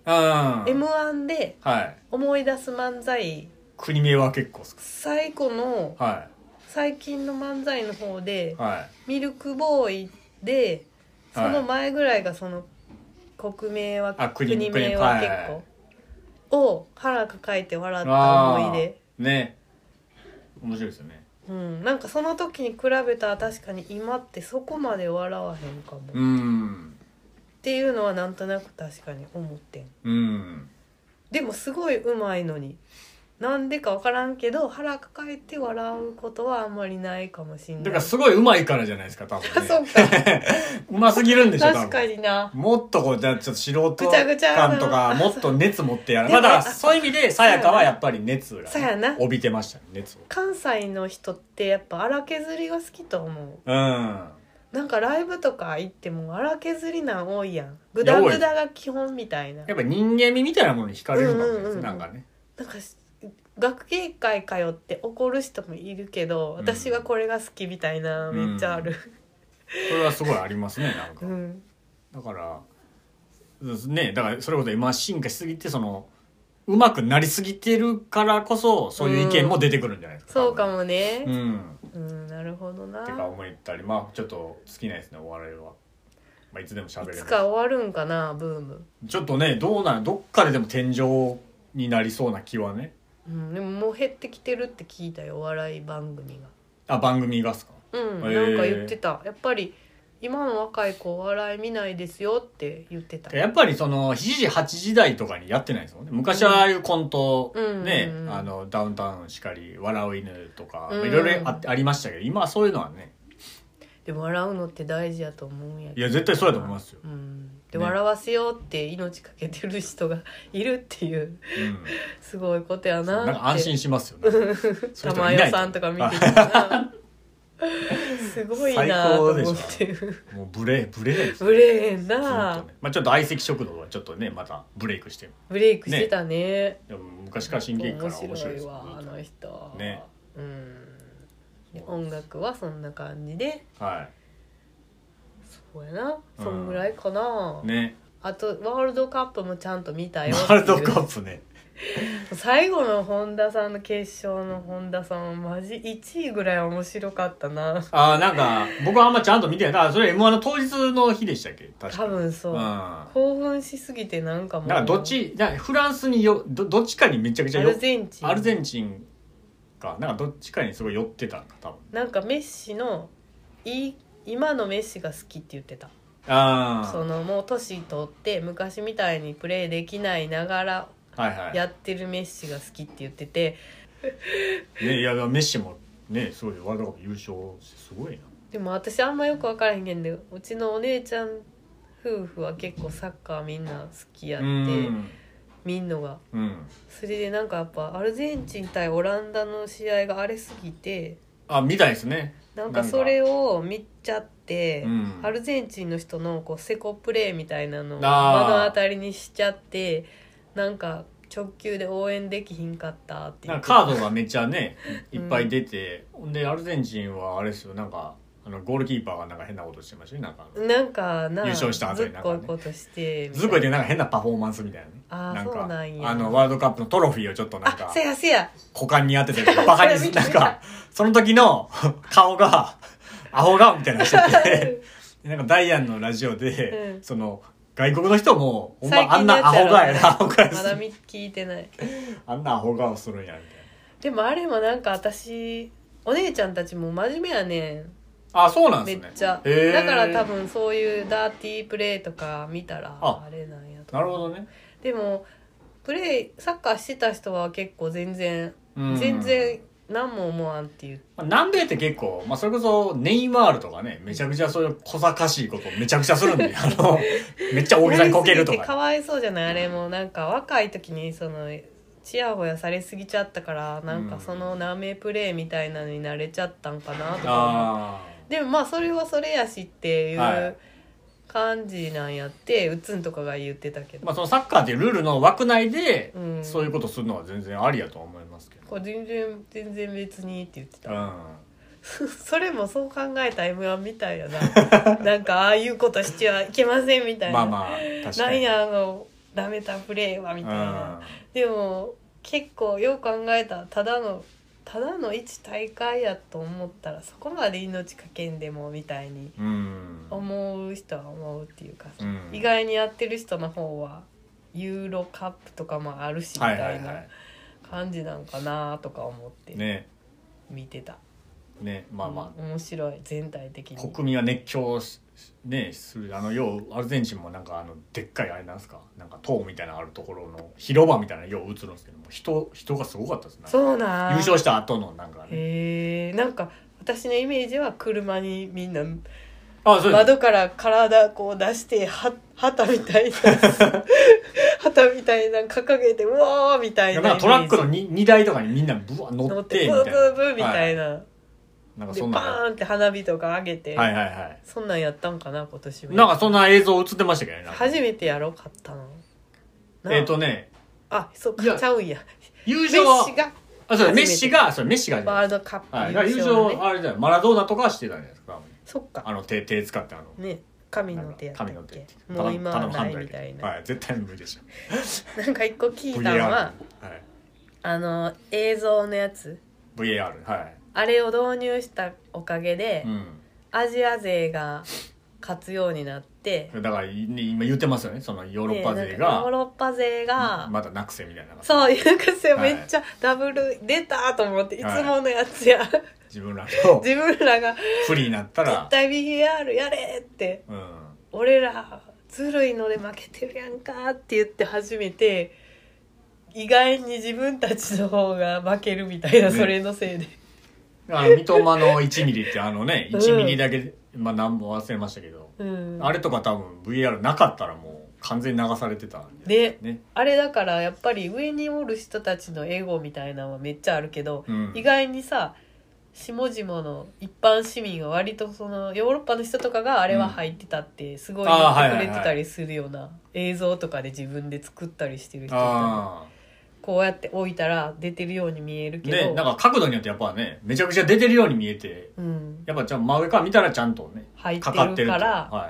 M1 で思い出す漫才国名は結構好き。 最後の、最近の漫才の方で、ミルクボーイでその前ぐらいがその国名は国名は結構を腹抱えて笑った思い出ね。面白いですよね。 なんかその時に比べたら確かに今ってそこまで笑わへんかもっていうのはなんとなく確かに思ってん。でもすごい上手いのになんでか分からんけど腹抱えて笑うことはあんまりないかもしれない。 だからすごい上手いからじゃないですか多分ね。 そうかうますぎるんでしょ多分。 確かにな。 もっとじゃあちょっと素人感とかもっと熱持ってやる。だからそういう意味でさやかはやっぱり熱が、帯びてましたね熱を。 関西の人ってやっぱ荒削りが好きと思う。なんかライブとか行っても荒削りなん多いやん。グダグダが基本みたいな。 やっぱ人間味みたいなものに惹かれるかもしれないです。なんかね。 なんか学芸会通って怒る人もいるけど、私はこれが好きみたいな、めっちゃある。 それはすごいありますねなんか。だからね、だからそれこそ今進化しすぎて上手くなりすぎてるからこそそういう意見も出てくるんじゃないですか。 そうかもね。なるほどな。 てか思ったり、まあちょっと好きなですねお笑いは。まあいつでも喋れる。 いつか終わるんかなブーム。 ちょっとねどっかででも天井になりそうな気はね。 でももう減ってきてるって聞いたよお笑い番組が。番組がっすか。 なんか言ってた。やっぱり今の若い子お笑い見ないですよって言ってた。 やっぱり7時8時台とかにやってないですもんね。昔はああいうコント、ねダウンタウンしかり笑う犬とかいろいろありましたけど今はそういうのはね。 でも笑うのって大事やと思うんやけど。 いや絶対そうやと思いますよ。 で笑わせようって命かけてる人がいるっていう、すごいことやなって。 なんか安心しますよね。 玉代さんとか見てたらすごいなと思ってる。 もうブレへんな、 まあちょっと相席食堂はちょっとねまたブレイクしてたね。 でも昔から新喜劇から面白いですわあの人ね。 音楽はそんな感じで、そうやな、そんぐらいかな。 ね。 あとワールドカップもちゃんと見たよ。 ワールドカップね。 最後の本田さんの決勝の本田さんマジ1位ぐらい面白かったな。 なんか僕はあんまちゃんと見てない。だからそれ M1 の当日の日でしたっけ。確か多分そう、興奮しすぎてなんかもうなんかフランスにどっちかにめちゃくちゃアルゼンチンかなんかどっちかにすごい寄ってたんか多分。 なんかメッシの今のメッシが好きって言ってた。もう年取って昔みたいにプレーできないながらやってるメッシが好きって言ってて、 ね。いやメッシもねすごいワールドカップ優勝してすごいな。 でも私あんまよく分からへんけどうちのお姉ちゃん夫婦は結構サッカーみんな好きやって見んのが、それでなんかやっぱアルゼンチン対オランダの試合があれすぎて見たいですね。 なんかそれを見ちゃって、アルゼンチンの人のこうセコプレーみたいなのを目の当たりにしちゃってなんか直球で応援できひんかったっていう。 カードがめっちゃねいっぱい出て、でアルゼンチンはあれですよなんかゴールキーパーがなんか変なことしてましたね。 なんか優勝した後になんか、 ずっこいことしてずっこいでなんか変なパフォーマンスみたいなね。 そうなんや。 ワールドカップのトロフィーをちょっとなんかせや股間に当ててバカになんかその時の顔がアホ顔みたいな人ってなんかダイアンのラジオで、その外国の人もほんまあんなアホ顔やな、アホ顔まだ聞いてないあんなアホ顔するんやみたいな。 でもあれもなんか私お姉ちゃんたちも真面目やねん。 あ、そうなんですね。 めっちゃだから多分そういうダーティープレーとか見たらあれなんやと。 なるほどね。 でもサッカーしてた人は結構全然何も思わんっていう、 南米って結構、それこそネイマールとかね、めちゃくちゃそういう小賢しいことをめちゃくちゃするんでめっちゃ大げさにこけるとか。 かわいそうじゃない。あれもなんか若い時にそのチヤホヤされすぎちゃったからなんかそのナメプレーみたいなのに慣れちゃったんかなとか。でもそれはそれやしっていう感じなんやってうつんとかが言ってたけど、 そのサッカーっていうルールの枠内でそういうことするのは全然ありやと思いますけど、 これ全然別にって言ってた、それもそう考えた M1 みたいやななんかああいうことしちゃいけませんみたいな、確かになんやダメたプレーはみたいな、でも結構よく考えたらただの一大会やと思ったらそこまで命かけんでもみたいに思う人は思うっていうか、意外にやってる人の方はユーロカップとかもあるしみたいな感じなんかなとか思って見てたね。 面白い。全体的に国民は熱狂するようアルゼンチンもなんかでっかいあれなんですか、なんか塔みたいなのあるところの広場みたいなよう映るんですけども、人がすごかったですね。 そうな優勝した後のなんかなんか私のイメージは車にみんな窓から体こう出して旗みたいな旗みたいな掲げてうわーみたいなトラックの荷台とかにみんなブワー乗ってブーブーブーみたいな、 なんかでバーンって花火とか上げて、そんなんやったんかな今年も。 なんかそんな映像映ってましたけどね。 初めてやろうかったの。そっかちゃうんや。 優勝はメッシがワールドカップ優勝あれだよ。マラドーナとかはしてたんじゃないですか。 そっか。 手使ってね、神の手やったっけ。もう今はないみたいな。 絶対無理でしょ。なんか一個聞いたのは映像のやつ。 VAR あれを導入したおかげで、アジア勢が勝つようになって、 だから今言ってますよね、そのヨーロッパ勢が、 ヨーロッパ勢がまだなくせみたいな、 そういう癖めっちゃダブル出たと思って、いつものやつや、 自分らが不利になったら絶対 BAR やれって、俺らずるいので負けてるやんかって言って初めて意外に自分たちの方が負けるみたいな、それのせいで三笘の1ミリって1ミリだけ、何も忘れましたけど、あれとか多分 VR なかったらもう完全に流されてたんで、あれだからやっぱり上におる人たちのエゴみたいなのはめっちゃあるけど、意外にさ下々の一般市民が割とそのヨーロッパの人とかがあれは入ってたってすごい言ってくれてたりするような映像とかで自分で作ったりしてる人とこうやって置いたら出てるように見えるけど、 なんか角度によってやっぱねめちゃくちゃ出てるように見えて、やっぱ真上から見たらちゃんとね入ってるから、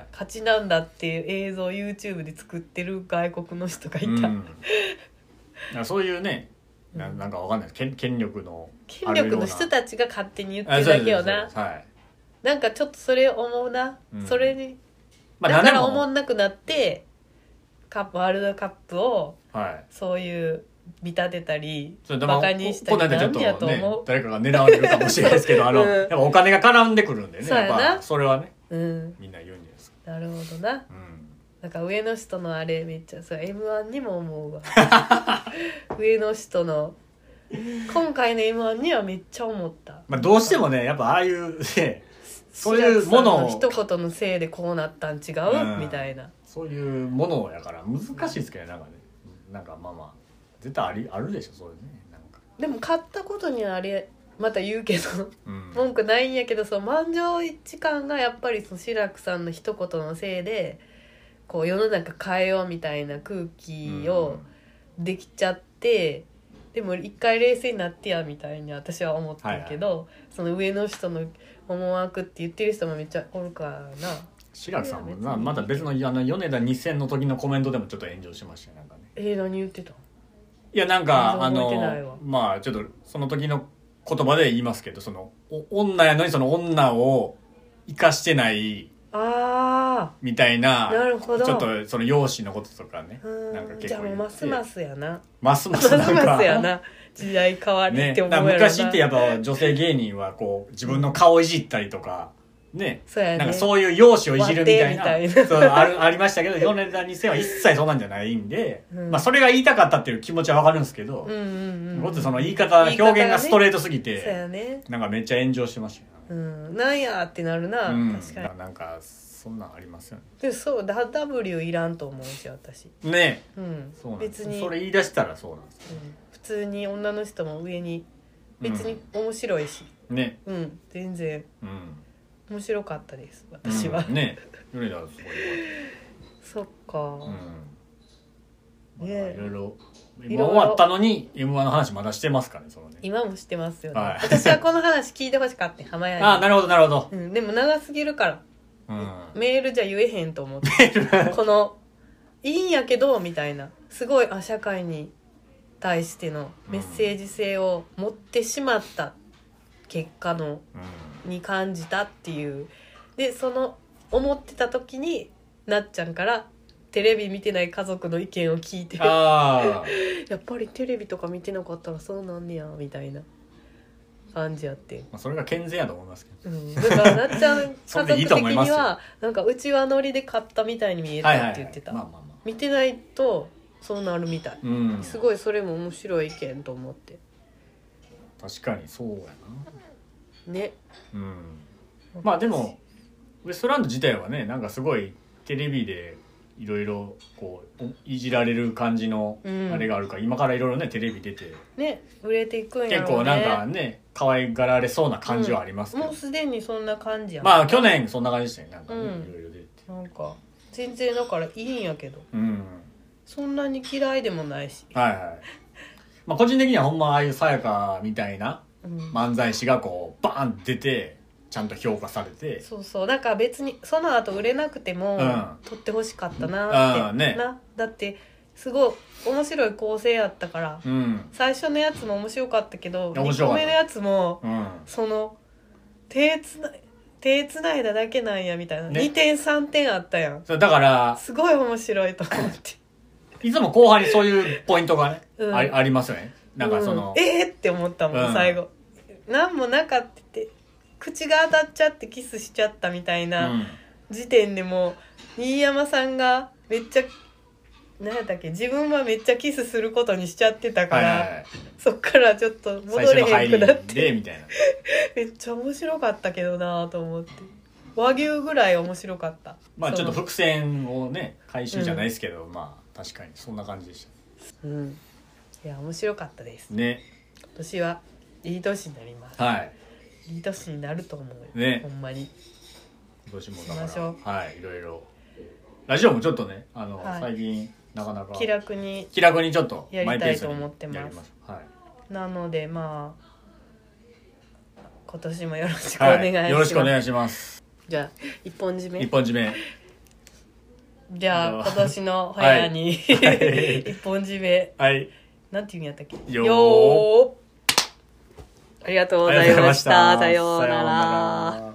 勝ちなんだっていう映像を YouTube で作ってる外国の人がいた、 そういうねなんかわかんない権力の人たちが勝手に言ってるだけよな、なんかちょっとそれ思うな、それにだから思んなくなってワールドカップをそういう見立てたりバカにしたりなんやと思う、 誰かが狙われるかもしれないですけどやっぱお金が絡んでくるんでね、やっぱそれはね、みんな言うんじゃないですか。 なるほどな、なんか上の人のあれめっちゃそう M1 にも思うわ上の人の今回の M1 にはめっちゃ思った、 どうしてもねやっぱああいうねそういうものを一言のせいでこうなったん違う、みたいなそういうものやから難しいですけどね、なんか絶対あるでしょそれね。なんかでも買ったことにはあれまた言うけど、文句ないんやけど、その満場一致感がやっぱりその志らくさんの一言のせいでこう世の中変えようみたいな空気をできちゃって、でも一回冷静になってやみたいに私は思ってるけど、その上の人の思惑って言ってる人もめっちゃおるからな。 志らくさんもまた別の米田2000の時のコメントでもちょっと炎上しましたよなんかね。 何言ってた？ いやなんかちょっとその時の言葉で言いますけど、その女やのにその女を生かしてないみたいな、 なるほど、 ちょっとその容姿のこととかね、なんか結構じゃあもうますますやな、 ますますなんかやな、時代変わりって思うやろな、 昔ってやっぱ女性芸人はこう自分の顔いじったりとかね、 そうやね、 なんかそういう容姿をいじるみたいなそうありましたけど、米田2世は一切そんなんじゃないんで、まあそれが言いたかったっていう気持ちはわかるんですけど、もっとその言い方、表現がストレートすぎて、 そうやね、 なんかめっちゃ炎上してましたよ、 なんやってなるな、確かに。 なんかそんなんありますよね。 でそう、W いらんと思うし、私ね、 そうなんです。別にそれ言い出したらそうなんです、 普通に女の人も上に別に面白いし、 ね、 全然面白かったです私は、 ね、米田はすごいそっか、 いろいろ今終わったのに M1 の話まだしてますからね、そのね、 今もしてますよね、私はこの話聞いてほしかった浜谷に。 なるほどなるほど、 でも長すぎるから、メールじゃ言えへんと思ってこのいいんやけどみたいな、すごい社会に対してのメッセージ性を持ってしまった結果の、に感じたっていう。でその思ってた時になっちゃんからテレビ見てない家族の意見を聞いてやっぱりテレビとか見てなかったらそうなんねやみたいな感じやって、 それが健全やと思いますけど、 だからなっちゃん家族的にはなんかうちはノリで買ったみたいに見えたって言ってた、見てないとそうなるみたい、すごいそれも面白い意見と思って。 確かにそうやなね、 まあでもウエストランド自体はね、なんかすごいテレビでいろいろこういじられる感じのあれがあるから、今からいろいろねテレビ出てね売れていくんやろうね、 結構なんかね可愛がられそうな感じはありますけど、 もうすでにそんな感じやん、まあ去年そんな感じでしたよね、なんかね、いろいろ出てなんか全然だからいいんやけど、そんなに嫌いでもないし、まあ個人的にはほんまああいうさやかみたいな漫才師がこうバーン出てちゃんと評価されて、 そうだから別にその後売れなくても撮ってほしかったなって、だってすごい面白い構成やったから、最初のやつも面白かったけど2個目のやつも、その手つないだだけなんやみたいな、2点3点あったやん。 だからすごい面白いと思っていつも後半にそういうポイントがね、ありますよね。なんかその、 って思ったもん、最後何もなかったって口が当たっちゃってキスしちゃったみたいな時点でも新山さんがめっちゃ何やったっけ、自分はめっちゃキスすることにしちゃってたから、そっからちょっと戻れへんくなってみたいなめっちゃ面白かったけどなと思って、和牛ぐらい面白かった。 まあちょっと伏線をね回収じゃないですけど、まあ確かにそんな感じでした。 いや面白かったですね。 今年はいい年になります。いい年になると思うね、ほんまに。 今年もだからいろいろラジオもちょっとね最近なかなか気楽にちょっとやりたいと思ってます。なのでまあ今年もよろしくお願いします。 よろしくお願いします。 じゃあ一本締めじゃあ今年の早に一本締め、なんていうんやったっけ、よーありがとうございました。さようなら。